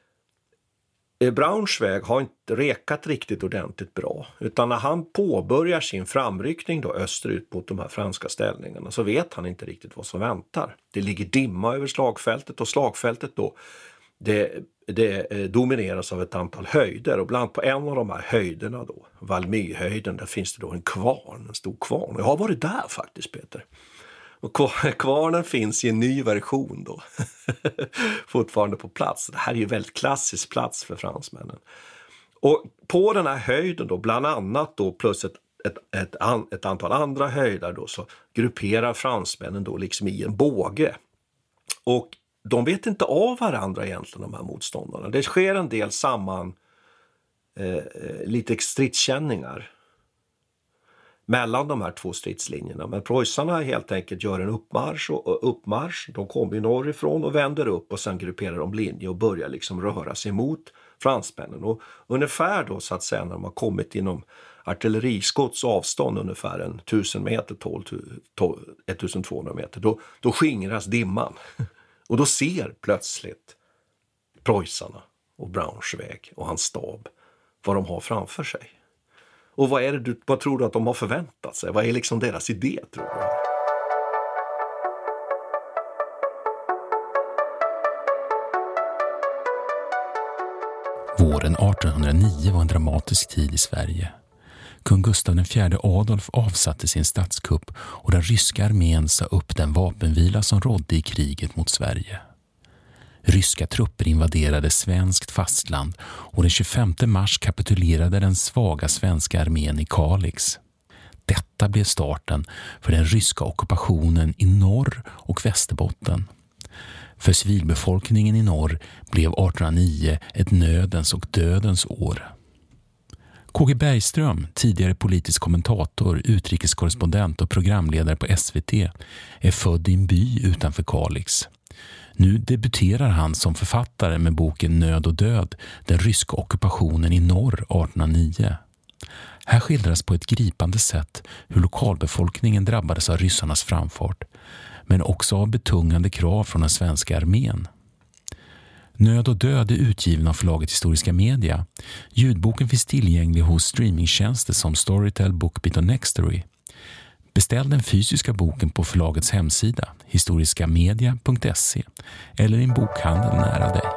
Speaker 8: Braunschweig har inte rekat riktigt ordentligt bra, utan när han påbörjar sin framryckning då österut mot de här franska ställningarna så vet han inte riktigt vad som väntar. Det ligger dimma över slagfältet och slagfältet då det, det domineras av ett antal höjder och bland på en av de här höjderna då, Valmy-höjden, där finns det då en kvarn, en stor kvarn. Jag har varit där faktiskt, Peter. Och kvarnen finns i en ny version då. Fortfarande på plats. Det här är ju väldigt klassisk plats för fransmännen. Och på den här höjden då, bland annat då plus ett, ett, ett, an, ett antal andra höjder då, så grupperar fransmännen då liksom i en båge. Och de vet inte av varandra egentligen, de här motståndarna. Det sker en del samman, eh, lite stridskänningar. mellan de här två stridslinjerna. Men preussarna helt enkelt gör en uppmarsch och uppmarsch. De kommer norrifrån och vänder upp och sen grupperar de linje och börjar liksom röra sig mot fransmännen. Och ungefär då så att säga när de har kommit inom artilleriskotts avstånd ungefär en tusen meter, ettusentvåhundra meter, då, då skingras dimman. Och då ser plötsligt preussarna och Braunschweig och hans stab vad de har framför sig. Och vad är det du, vad tror du att de har förväntat sig? Vad är liksom deras idé, tror du?
Speaker 9: Våren artonhundranio var en dramatisk tid i Sverige. Kung Gustav den fjärde Adolf avsatte sin statskupp och den ryska armén sa upp den vapenvila som rådde i kriget mot Sverige. Ryska trupper invaderade svenskt fastland och den tjugofemte mars kapitulerade den svaga svenska armén i Kalix. Detta blev starten för den ryska ockupationen i norr och Västerbotten. För civilbefolkningen i norr blev artonhundranio ett nödens och dödens år. K G Bergström, tidigare politisk kommentator, utrikeskorrespondent och programledare på S V T, är född i en by utanför Kalix. Nu debuterar han som författare med boken Nöd och död, den ryska ockupationen i norr artonhundranio. Här skildras på ett gripande sätt hur lokalbefolkningen drabbades av ryssarnas framfart, men också av betungande krav från den svenska armén. Nöd och död är utgiven av förlaget Historiska Media. Ljudboken finns tillgänglig hos streamingtjänster som Storytel, Bookbeat och Nextory. Beställ den fysiska boken på förlagets hemsida historiskamedia punkt se eller i en bokhandel nära dig.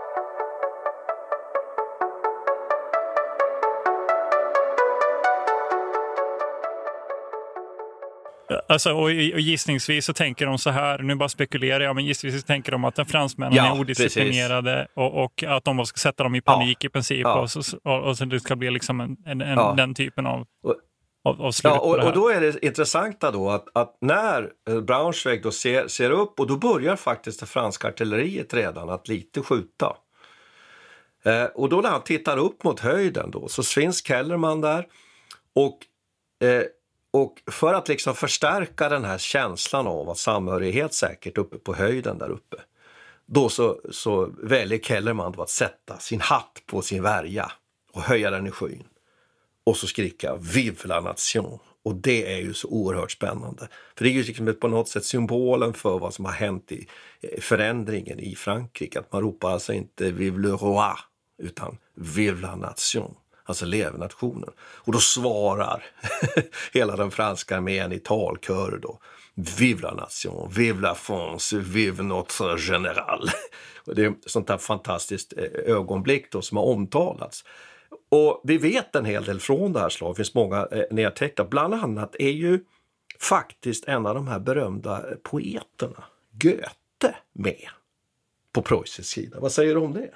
Speaker 10: Alltså, och, och gissningsvis så tänker de så här, nu bara spekulerar jag, men gissningsvis så tänker de att den fransmännen
Speaker 8: ja,
Speaker 10: är odisciplinerade och, och att de ska sätta dem i panik ja, i princip ja. och, så, och, och så det ska bli liksom en, en, en, ja. den typen av, av, av slut
Speaker 8: ja, och,
Speaker 10: på det här.
Speaker 8: Och då är det intressanta då att, att när Braunschweig då ser, ser upp och då börjar faktiskt det franska artilleriet redan att lite skjuta. Eh, och då när han tittar upp mot höjden då så finns Kellerman där och eh, Och för att liksom förstärka den här känslan av att samhörighet säkert uppe på höjden där uppe, då så, så väljer Kellerman att sätta sin hatt på sin värja och höja den i skyn. Och så skrika Vive la nation. Och det är ju så oerhört spännande. För det är ju liksom på något sätt symbolen för vad som har hänt i förändringen i Frankrike. Att man ropar alltså inte Vive le roi utan Vive la nation. Alltså leve nationen. Och då svarar hela den franska armén i talkör då. Vive la nation, vive la France, vive notre général. Och det är sånt här fantastiskt ögonblick då som har omtalats. Och vi vet en hel del från det här slaget. Det finns många nedtecknat. Bland annat är ju faktiskt en av de här berömda poeterna, Goethe, med på Preussens sida. Vad säger du om det?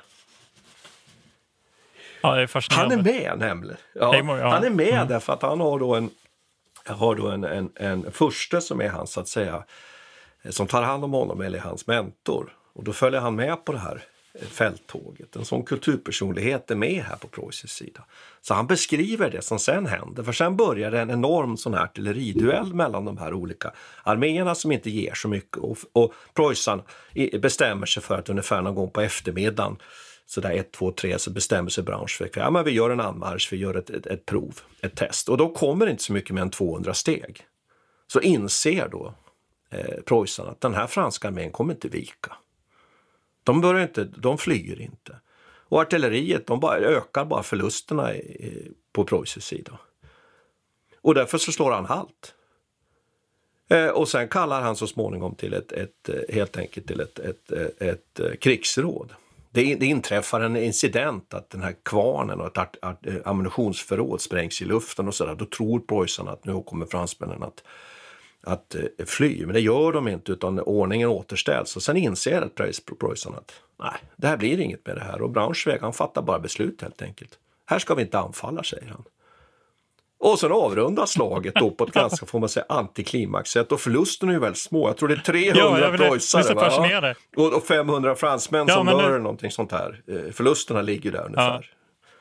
Speaker 10: Ja, det är
Speaker 8: han är med nämligen. Ja, ja. Han är med mm. därför att han har då en har då en, en, en förste som är hans så att säga som tar hand om honom eller hans mentor. Och då följer han med på det här fälttåget. En sån kulturpersonlighet är med här på Preussens sida. Så han beskriver det som sen händer. För sen börjar det en enorm sån här artilleriduell mellan de här olika arméerna som inte ger så mycket. Och, och Preussen bestämmer sig för att ungefär någon gång på eftermiddagen så där ett, två, tre så bestämmer sig Braunschweig för ja, men vi gör en anmarsch, vi gör ett, ett, ett prov, ett test. Och då kommer det inte så mycket mer än tvåhundra steg. Så inser då eh, Preussen att den här franska armén kommer inte vika. De börjar inte, de flyger inte. Och artilleriet, de bara ökar bara förlusterna i, på Preussens sida. Och därför så slår han halt. Eh, och sen kallar han så småningom till ett, ett helt enkelt till ett, ett, ett, ett, ett krigsråd. Det, det inträffar en incident att den här kvarnen och ett art, art, ammunitionsförråd sprängs i luften och sådär. Då tror Preussen att nu kommer fransmännen att, att fly. Men det gör de inte utan ordningen återställs. Och sen inser att Preussen att nej, det här blir inget med det här. Och Braunschweig han fattar bara beslut helt enkelt. Här ska vi inte anfalla, säger han. Och sen avrundas slaget då på ett ganska, får man säga, antiklimaxsätt. Och förlusten är ju väldigt små. Jag tror det är trehundra preussare ja. och femhundra fransmän ja, som dör eller någonting sånt här. Förlusterna ligger där ungefär.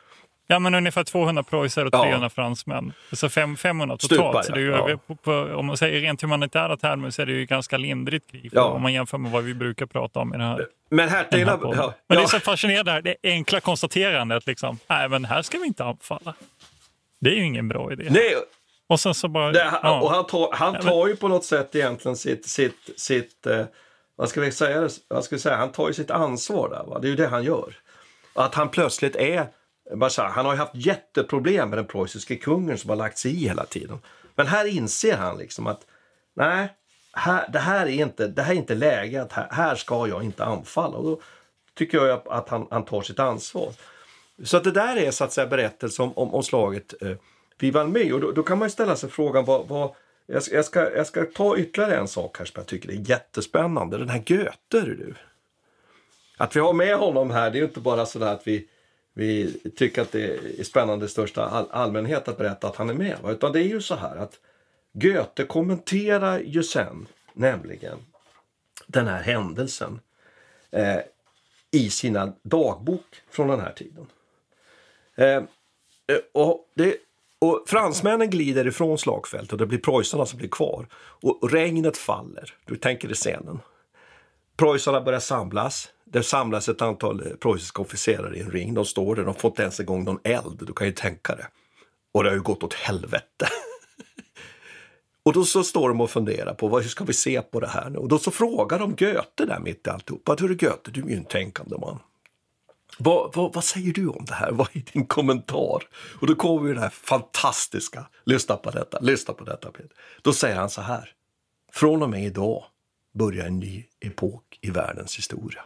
Speaker 10: Ja, men ungefär tvåhundra preussar och trehundra ja. fransmän. Så fem, femhundra totalt.
Speaker 8: Stupa, ja.
Speaker 10: Så det är ju, ja. på, på, om man säger rent humanitära termer så är det ju ganska lindrigt krig. Ja. Om man jämför med vad vi brukar prata om i det här.
Speaker 8: Men, här, det, här
Speaker 10: ja. men det är så fascinerande här, det enkla konstaterandet liksom. Nej, men här ska vi inte anfalla. Det är ju ingen bra idé.
Speaker 8: Nej.
Speaker 10: Och sen så bara...
Speaker 8: Det,
Speaker 10: ja.
Speaker 8: Och han tar, han tar ju på något sätt egentligen sitt... sitt, sitt eh, vad ska vi säga? Vad ska vi säga? Han tar ju sitt ansvar där. Va? Det är ju det han gör. Att han plötsligt är... Han har ju haft jätteproblem med den preussiske kungen som har lagt sig i hela tiden. Men här inser han liksom att nej, här, det, här är inte, det här är inte läge att här, här ska jag inte anfalla. Och då tycker jag att han, han tar sitt ansvar. Så att det där är så att säga berättelse om, om, om slaget eh, vid Valmy. Och då, då kan man ju ställa sig frågan vad... vad jag, ska, jag, ska, jag ska ta ytterligare en sak här som jag tycker är jättespännande. Den här Goethe, du. Att vi har med honom här, det är ju inte bara så där att vi... Vi tycker att det är spännande i största all- allmänhet att berätta att han är med. Va? Utan det är ju så här att Goethe kommenterar ju sen, nämligen den här händelsen eh, i sina dagbok från den här tiden. Eh, och, det, och fransmännen glider ifrån slagfältet och det blir preussarna som blir kvar. Och, och regnet faller, du tänker i scenen. Preussarna börjar samlas. Det samlas ett antal preussiska officerare i en ring. De står där, de får inte ens igång någon eld. Du kan ju tänka det. Och det har ju gått åt helvete. Och då så står de och funderar på vad, hur ska vi se på det här nu? Och då så frågar de Goethe där mitt i alltihop. Hur är Goethe? Du är ju en tänkande man. Vad, vad, vad säger du om det här? Vad är din kommentar? Och då kommer ju det här fantastiska. Lyssna på detta, lyssna på detta Peter. Då säger han så här. Från och med idag börjar en ny epok i världens historia.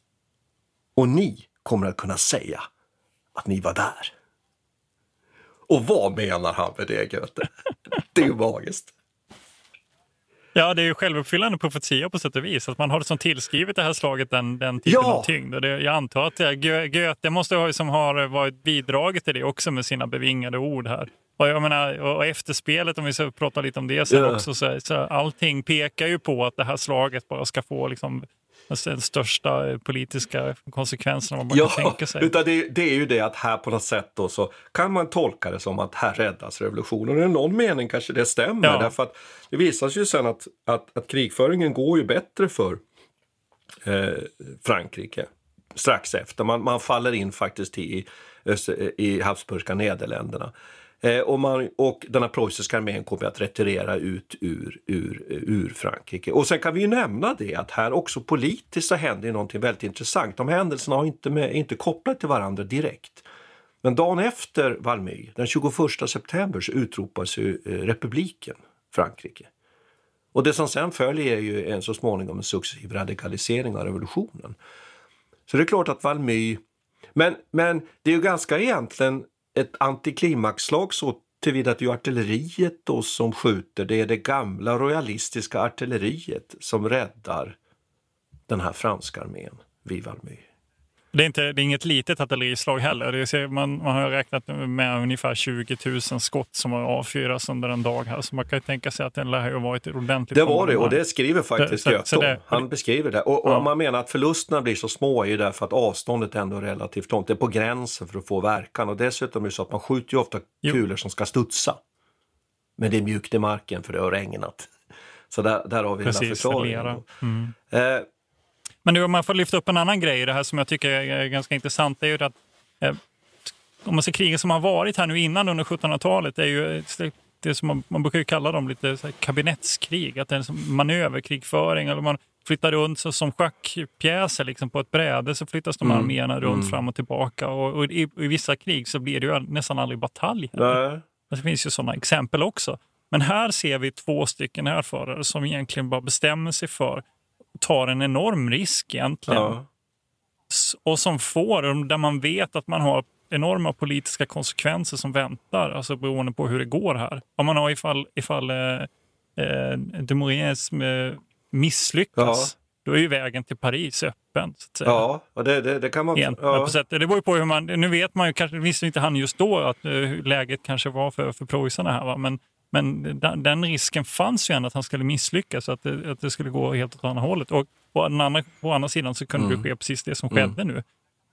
Speaker 8: Och ni kommer att kunna säga att ni var där. Och vad menar han med det, Goethe? Det är ju magiskt.
Speaker 10: Ja, det är ju självuppfyllande profetia på sätt och vis. Att man har det som tillskrivet det här slaget, den, den typen ja. av tyngd. Och det, jag antar att Gö, Goethe måste ha som har varit bidragit till det också med sina bevingade ord här. Och jag menar, och efterspelet, om vi ska prata lite om det sen ja. också, så, så allting pekar ju på att det här slaget bara ska få liksom den största politiska konsekvenserna man
Speaker 8: ja,
Speaker 10: kan tänka sig.
Speaker 8: Utan det, det är ju det att här på något sätt då så kan man tolka det som att här räddas revolutionen. Och i någon mening kanske det stämmer. Ja. Därför att det visar sig ju sen att, att, att krigföringen går ju bättre för eh, Frankrike strax efter. Man, man faller in faktiskt i, i Habsburgska Nederländerna. Eh, och, man, och den här preussiska armén kommer att retirera ut ur, ur, ur Frankrike. Och sen kan vi ju nämna det att här också politiskt så händer någonting väldigt intressant. De händelserna har inte, med, inte kopplat till varandra direkt. Men dagen efter Valmy, den tjugoförsta september, så utropas ju eh, republiken Frankrike. Och det som sen följer är ju en så småningom en successiv radikalisering av revolutionen. Så det är klart att Valmy... Men, men det är ju ganska egentligen ett antiklimaxslag så tillvida att det är artilleriet då som skjuter. Det är det gamla royalistiska artilleriet som räddar den här franska armén vid Valmy.
Speaker 10: Det är, inte, det är inget litet artillerislag heller. Det är, man, man har räknat med ungefär tjugo tusen skott som har avfyras under en dag här. Så man kan ju tänka sig att den lär ha varit ordentligt.
Speaker 8: Det var det, och det skriver faktiskt Goethe. Han beskriver det. Och, och
Speaker 10: ja.
Speaker 8: man menar att förlusterna blir så små är ju därför att avståndet ändå är relativt långt. Det är på gränsen för att få verkan. Och dessutom är det så att man skjuter ju ofta kulor jo. som ska studsa. Men det är mjukt i marken för det har regnat. Så där, där har vi
Speaker 10: Precis,
Speaker 8: hela förklaringen.
Speaker 10: Mm.
Speaker 8: Eh,
Speaker 10: Men nu om man får lyfta upp en annan grej i det här som jag tycker är ganska intressant, är ju att eh, om man ser kriget som har varit här nu innan under sjuttonhundratalet är ju det som man, man brukar ju kalla dem lite så här, kabinettskrig, att det är en manöverkrigföring eller man flyttar runt så, som schackpjäser liksom på ett bräde så flyttas de mm. arméerna runt mm. fram och tillbaka och, och i, i vissa krig så blir det ju nästan aldrig batalj. Det finns ju sådana exempel också. Men här ser vi två stycken härförare som egentligen bara bestämmer sig för tar en enorm risk egentligen. Ja. Och som får, där man vet att man har enorma politiska konsekvenser som väntar, alltså beroende på hur det går här. Om man har ifall, ifall eh, eh, Dumouriez eh, misslyckas, ja. då är ju vägen till Paris öppen. Så att säga.
Speaker 8: Ja, och det, det, det kan man...
Speaker 10: Ja. På sätt. Det beror ju på hur man, nu vet man ju, kanske visste inte han just då att hur läget kanske var för, för preussarna här, va? Men Men den, den risken fanns ju ändå att han skulle misslyckas, att det, att det skulle gå helt åt andra hållet. Och på, den andra, på andra sidan så kunde mm. det ske precis det som skedde mm. nu.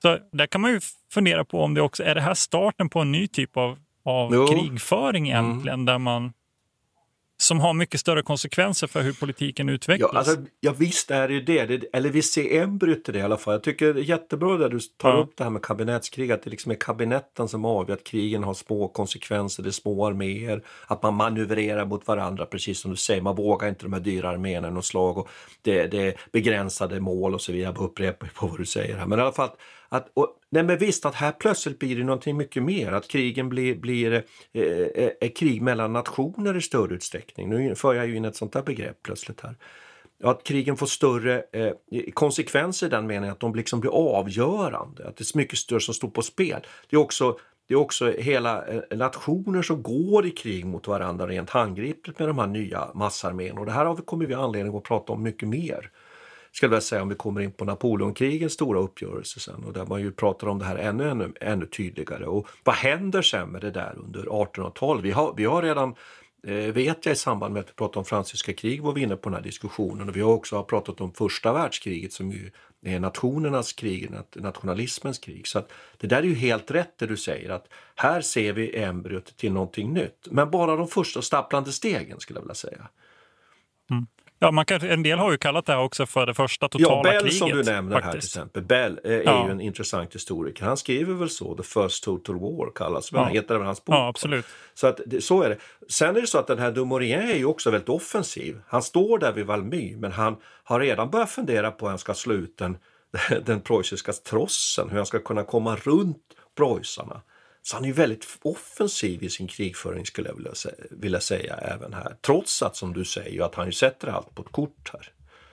Speaker 10: Så där kan man ju fundera på om det också är det här starten på en ny typ av, av krigföring egentligen, mm. där man som har mycket större konsekvenser för hur politiken utvecklas.
Speaker 8: Ja, alltså, ja visst är det ju det. det. Eller vi ser embryt i det i alla fall. Jag tycker det är jättebra där du tar ja. upp det här med kabinettskrig. Att det liksom är kabinetten som avgör att krigen har små konsekvenser. Det är små arméer. Att man manövrerar mot varandra, precis som du säger. Man vågar inte de här dyra arméerna i något slag. Och det, det är begränsade mål och så vidare. Jag upprepar på vad du säger här. Men i alla fall att, att och, nej men visst att här plötsligt blir det någonting mycket mer. Att krigen blir, blir eh, eh, krig mellan nationer i större utsträckning. Nu för jag ju in ett sånt här begrepp plötsligt här. Att krigen får större eh, konsekvenser i den meningen att de liksom blir avgörande. Att det är mycket större som står på spel. Det är också, det är också hela eh, nationer som går i krig mot varandra rent handgripligt med de här nya massarméerna. Och det här har vi, kommer vi anledning att prata om mycket mer. Ska jag säga om vi kommer in på Napoleonkrigens stora uppgörelse sen, och där man ju pratar om det här ännu, ännu, ännu tydligare. Och vad händer sen med det där under artonhundratalet? Vi har, vi har redan, eh, vet jag i samband med att vi pratar om fransyska krig var vi inne på den här diskussionen, och vi har också pratat om första världskriget som ju är nationernas krig, nationalismens krig. Så att det där är ju helt rätt det du säger, att här ser vi embryot till någonting nytt. Men bara de första stapplande stegen skulle jag vilja säga.
Speaker 10: Mm. Ja, man kan, en del har ju kallat det här också för det första totala kriget.
Speaker 8: Ja, Bell
Speaker 10: kriget,
Speaker 8: som du nämner
Speaker 10: faktiskt.
Speaker 8: här till exempel. Bell är
Speaker 10: ja.
Speaker 8: ju en intressant historiker. Han skriver väl så, The First Total War kallas väl, ja. heter det hans bok.
Speaker 10: Ja, absolut.
Speaker 8: Så, att, så är det. Sen är det så att den här Dumouriez är ju också väldigt offensiv. Han står där vid Valmy, men han har redan börjat fundera på hur han ska slå ut den, den preussiska trossen, hur han ska kunna komma runt preussarna. Så han är ju väldigt offensiv i sin krigföring skulle jag vilja säga, vilja säga även här. Trots att, som du säger, att han ju sätter allt på ett kort här.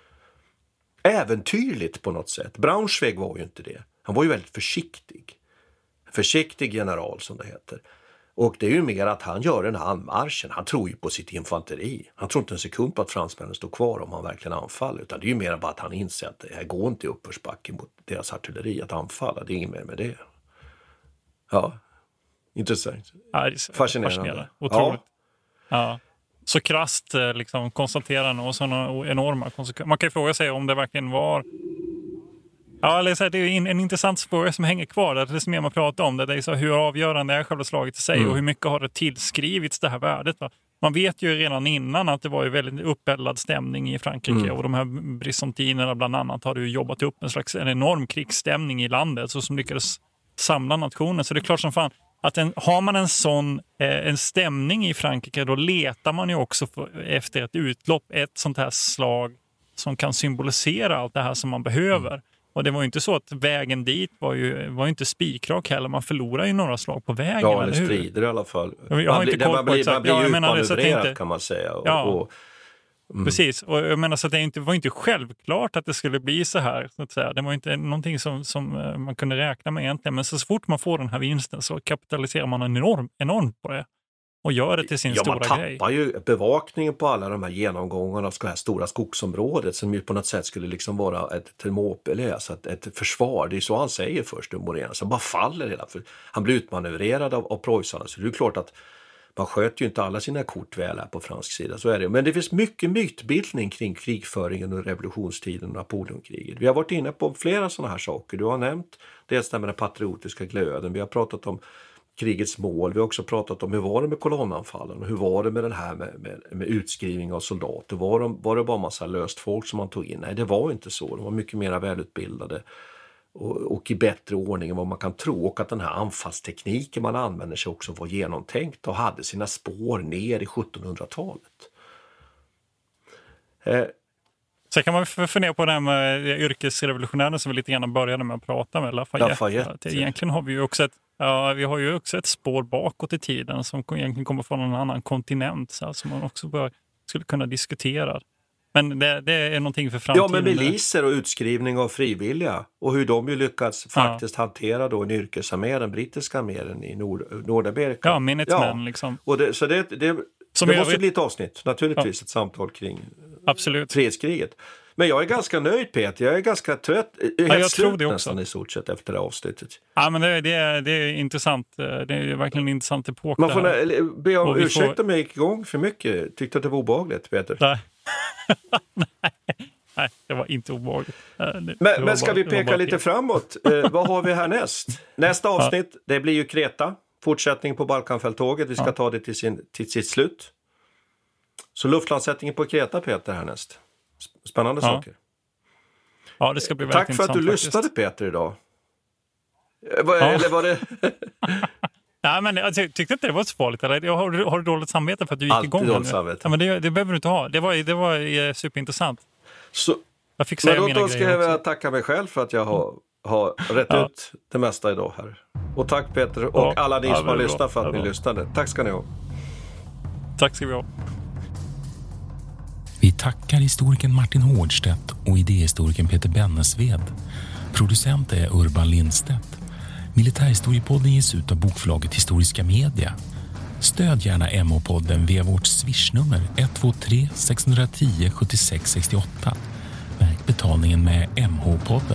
Speaker 8: Äventyrligt på något sätt. Braunschweig var ju inte det. Han var ju väldigt försiktig. Försiktig general som det heter. Och det är ju mer att han gör den här anmarschen. Han tror ju på sitt infanteri. Han tror inte en sekund på att fransmännen står kvar om han verkligen anfaller. Utan det är ju mer bara att han inser att det här går inte i uppförsbacken mot deras artilleri att anfalla. Det är inget mer med det. Ja. Intressant.
Speaker 10: Ja,
Speaker 8: fascinerande.
Speaker 10: fascinerande. Otroligt. Ja. Ja. Så krasst liksom, konstaterande och sådana enorma konsekvenser. Man kan ju fråga sig om det verkligen var... Ja, eller så här, det är en, en intressant fråga som hänger kvar. Det är det som man pratar om. Det, det är så hur avgörande är själva slaget i sig mm. och hur mycket har det tillskrivits det här värdet. Va? Man vet ju redan innan att det var ju väldigt uppeldad stämning i Frankrike mm. och de här brisontinerna bland annat har ju jobbat upp en slags en enorm krigsstämning i landet så som lyckades samla nationen. Så det är klart som fan att en, har man en sån eh, en stämning i Frankrike, då letar man ju också för, efter ett utlopp, ett sånt här slag som kan symbolisera allt det här som man behöver. Mm. Och det var ju inte så att vägen dit var ju, var ju inte spikrak heller. Man förlorar ju några slag på vägen,
Speaker 8: ja,
Speaker 10: eller
Speaker 8: hur?
Speaker 10: Ja, det
Speaker 8: strider i alla fall.
Speaker 10: Jag har inte koll på exakt.
Speaker 8: Man blir
Speaker 10: ja,
Speaker 8: ju
Speaker 10: manövrerad
Speaker 8: kan man säga. Och,
Speaker 10: ja.
Speaker 8: och, mm.
Speaker 10: Precis, och jag menar så att det inte, var inte självklart att det skulle bli så här. Så att säga. Det var inte någonting som, som man kunde räkna med egentligen. Men så fort man får den här vinsten så kapitaliserar man enorm, enormt på det. Och gör det till sin
Speaker 8: ja,
Speaker 10: stora
Speaker 8: man tappar
Speaker 10: grej.
Speaker 8: ju bevakningen på alla de här genomgångarna av det här stora skogsområdet som ju på något sätt skulle liksom vara ett termopel, alltså ett, ett försvar. Det är så han säger först, Dumouriez. Så bara faller hela. För han blir utmanövrerad av, av preussarna. Så det är klart att man sköter ju inte alla sina kort väl här på fransk sida, så är det. Men det finns mycket mytbildning kring krigföringen och revolutionstiden och Napoleonkriget. Vi har varit inne på flera sådana här saker. Du har nämnt dels det med den patriotiska glöden. Vi har pratat om krigets mål. Vi har också pratat om hur var det med kolonnanfallen och hur var det med den här med, med, med utskrivning av soldater. Var, de, var det bara massa löst folk som man tog in? Nej, det var inte så. De var mycket mer välutbildade och, och i bättre ordning än vad man kan tro. Och att den här anfallstekniken man använder sig också var genomtänkt och hade sina spår ner i sjuttonhundratalet. Eh,
Speaker 10: Så kan man fundera på det här med yrkesrevolutionären som vi lite grann började med att prata med Lafayette.
Speaker 8: Lafayette.
Speaker 10: Egentligen har vi ju också ett, ja, vi har ju också ett spår bakåt i tiden som egentligen kommer från en annan kontinent, så som man också bör, skulle kunna diskutera. Men det, det är någonting för framtiden.
Speaker 8: Ja, med miliser och utskrivning av frivilliga och hur de ju lyckats faktiskt ja. hantera då en yrkesarmé, den brittiska armén i Nord- Nordamerika.
Speaker 10: Ja, Minutemen ja. liksom.
Speaker 8: Och det, så det, det,
Speaker 10: som
Speaker 8: det måste
Speaker 10: vet...
Speaker 8: bli ett avsnitt, naturligtvis
Speaker 10: ja.
Speaker 8: ett samtal kring
Speaker 10: Absolut.
Speaker 8: fredskriget. Men jag är ganska nöjd, Peter. Jag är ganska trött. Jag,
Speaker 10: ja, jag tror det också.
Speaker 8: Nästan i stort sett efter det avslutet.
Speaker 10: Ja, men det, det, är, det är intressant. Det är verkligen en intressant epok.
Speaker 8: Man får nä- be om ursäkt
Speaker 10: får...
Speaker 8: om jag gick igång för mycket. Tyckte att det var obehagligt, Peter.
Speaker 10: Nej. Nej, Nej, det var inte obehagligt.
Speaker 8: Men, men ska bara, vi peka lite helt. framåt? Eh, vad har vi härnäst? Nästa avsnitt, ja. det blir ju Kreta. Fortsättning på Balkanfälttåget. Vi ska ja. ta det till, sin, till sitt slut. Så luftlandsättningen på Kreta, Peter, härnäst. Spännande ja. saker.
Speaker 10: Ja, det ska bli väldigt
Speaker 8: Tack för att du
Speaker 10: faktiskt.
Speaker 8: lyssnade, Peter, idag. Var,
Speaker 10: ja.
Speaker 8: Eller var det...
Speaker 10: Nej, men jag tyckte inte det var så farligt. Eller? Jag har, har du dåligt samvete för att du gick
Speaker 8: Alltid
Speaker 10: igång?
Speaker 8: Alltid dåligt samvete.
Speaker 10: Ja, men det, det behöver du inte ha. Det var, det var superintressant.
Speaker 8: Så,
Speaker 10: jag fick säga
Speaker 8: men då,
Speaker 10: mina
Speaker 8: då ska
Speaker 10: grejer
Speaker 8: jag
Speaker 10: också.
Speaker 8: tacka mig själv för att jag har, har rätt ja. ut det mesta idag här. Och tack Peter och
Speaker 10: ja.
Speaker 8: alla ni
Speaker 10: ja,
Speaker 8: som har lyssnat för att
Speaker 10: ja,
Speaker 8: ni lyssnade. Tack ska ni ha.
Speaker 10: Tack ska vi ha.
Speaker 9: Vi tackar historikern Martin Hårdstedt och idéhistorikern Peter Bennesved. Producent är Urban Lindstedt. Militärhistoriepodden ges ut av bokförlaget Historiska Media. Stöd gärna M H-podden via vårt swishnummer ett två tre sex ett noll sju sex sex åtta. Märk betalningen med M H-podden.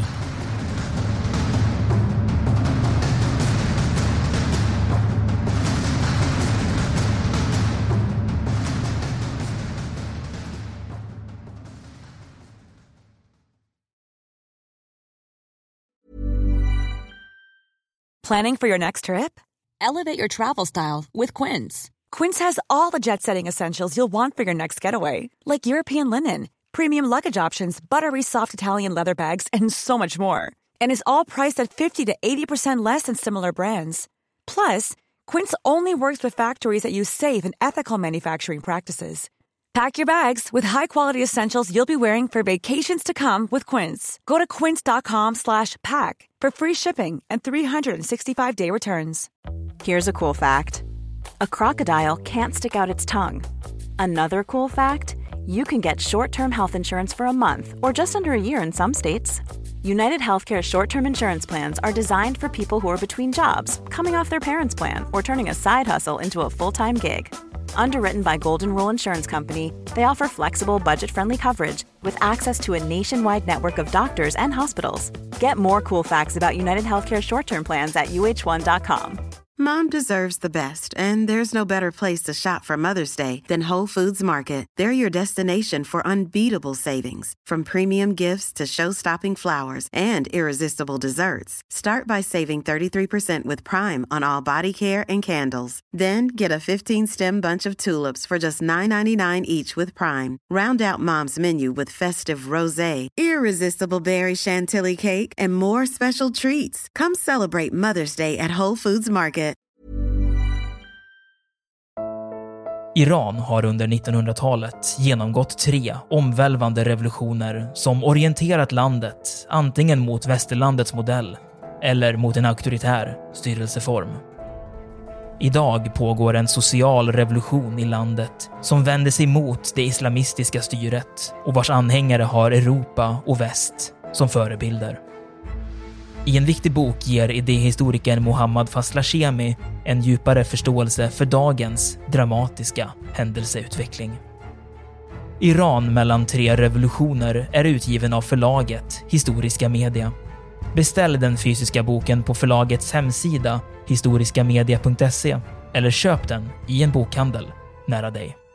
Speaker 7: Planning for your next trip?
Speaker 12: Elevate your travel style with Quince.
Speaker 7: Quince has all the jet-setting essentials you'll want for your next getaway, like European linen, premium luggage options, buttery soft Italian leather bags, and so much more. And is all priced at fifty to eighty percent less than similar brands. Plus, Quince only works with factories that use safe and ethical manufacturing practices. Pack your bags with high-quality essentials you'll be wearing for vacations to come with Quince. Go to quince.com slash pack for free shipping and three sixty-five day returns.
Speaker 13: Here's a cool fact. A crocodile can't stick out its tongue. Another cool fact, you can get short-term health insurance for a month or just under a year in some states. United Healthcare short-term insurance plans are designed for people who are between jobs, coming off their parents' plan, or turning a side hustle into a full-time gig. Underwritten by Golden Rule Insurance Company, they offer flexible, budget-friendly coverage with access to a nationwide network of doctors and hospitals. Get more cool facts about United Healthcare short-term plans at U H one dot com.
Speaker 14: Mom deserves the best, and there's no better place to shop for Mother's Day than Whole Foods Market. They're your destination for unbeatable savings, from premium gifts to show-stopping flowers and irresistible desserts. Start by saving thirty-three percent with Prime on all body care and candles. Then get a fifteen-stem bunch of tulips for just nine ninety-nine each with Prime. Round out Mom's menu with festive rosé, irresistible berry chantilly cake, and more special treats. Come celebrate Mother's Day at Whole Foods Market.
Speaker 1: Iran har under nittonhundratalet genomgått tre omvälvande revolutioner som orienterat landet antingen mot västerlandets modell eller mot en auktoritär styrelseform. Idag pågår en social revolution i landet som vänder sig mot det islamistiska styret och vars anhängare har Europa och väst som förebilder. I en viktig bok ger idéhistorikern Mohammad Faslashemi en djupare förståelse för dagens dramatiska händelseutveckling. Iran mellan tre revolutioner är utgiven av förlaget Historiska Media. Beställ den fysiska boken på förlagets hemsida historiskamedia punkt se eller köp den i en bokhandel nära dig.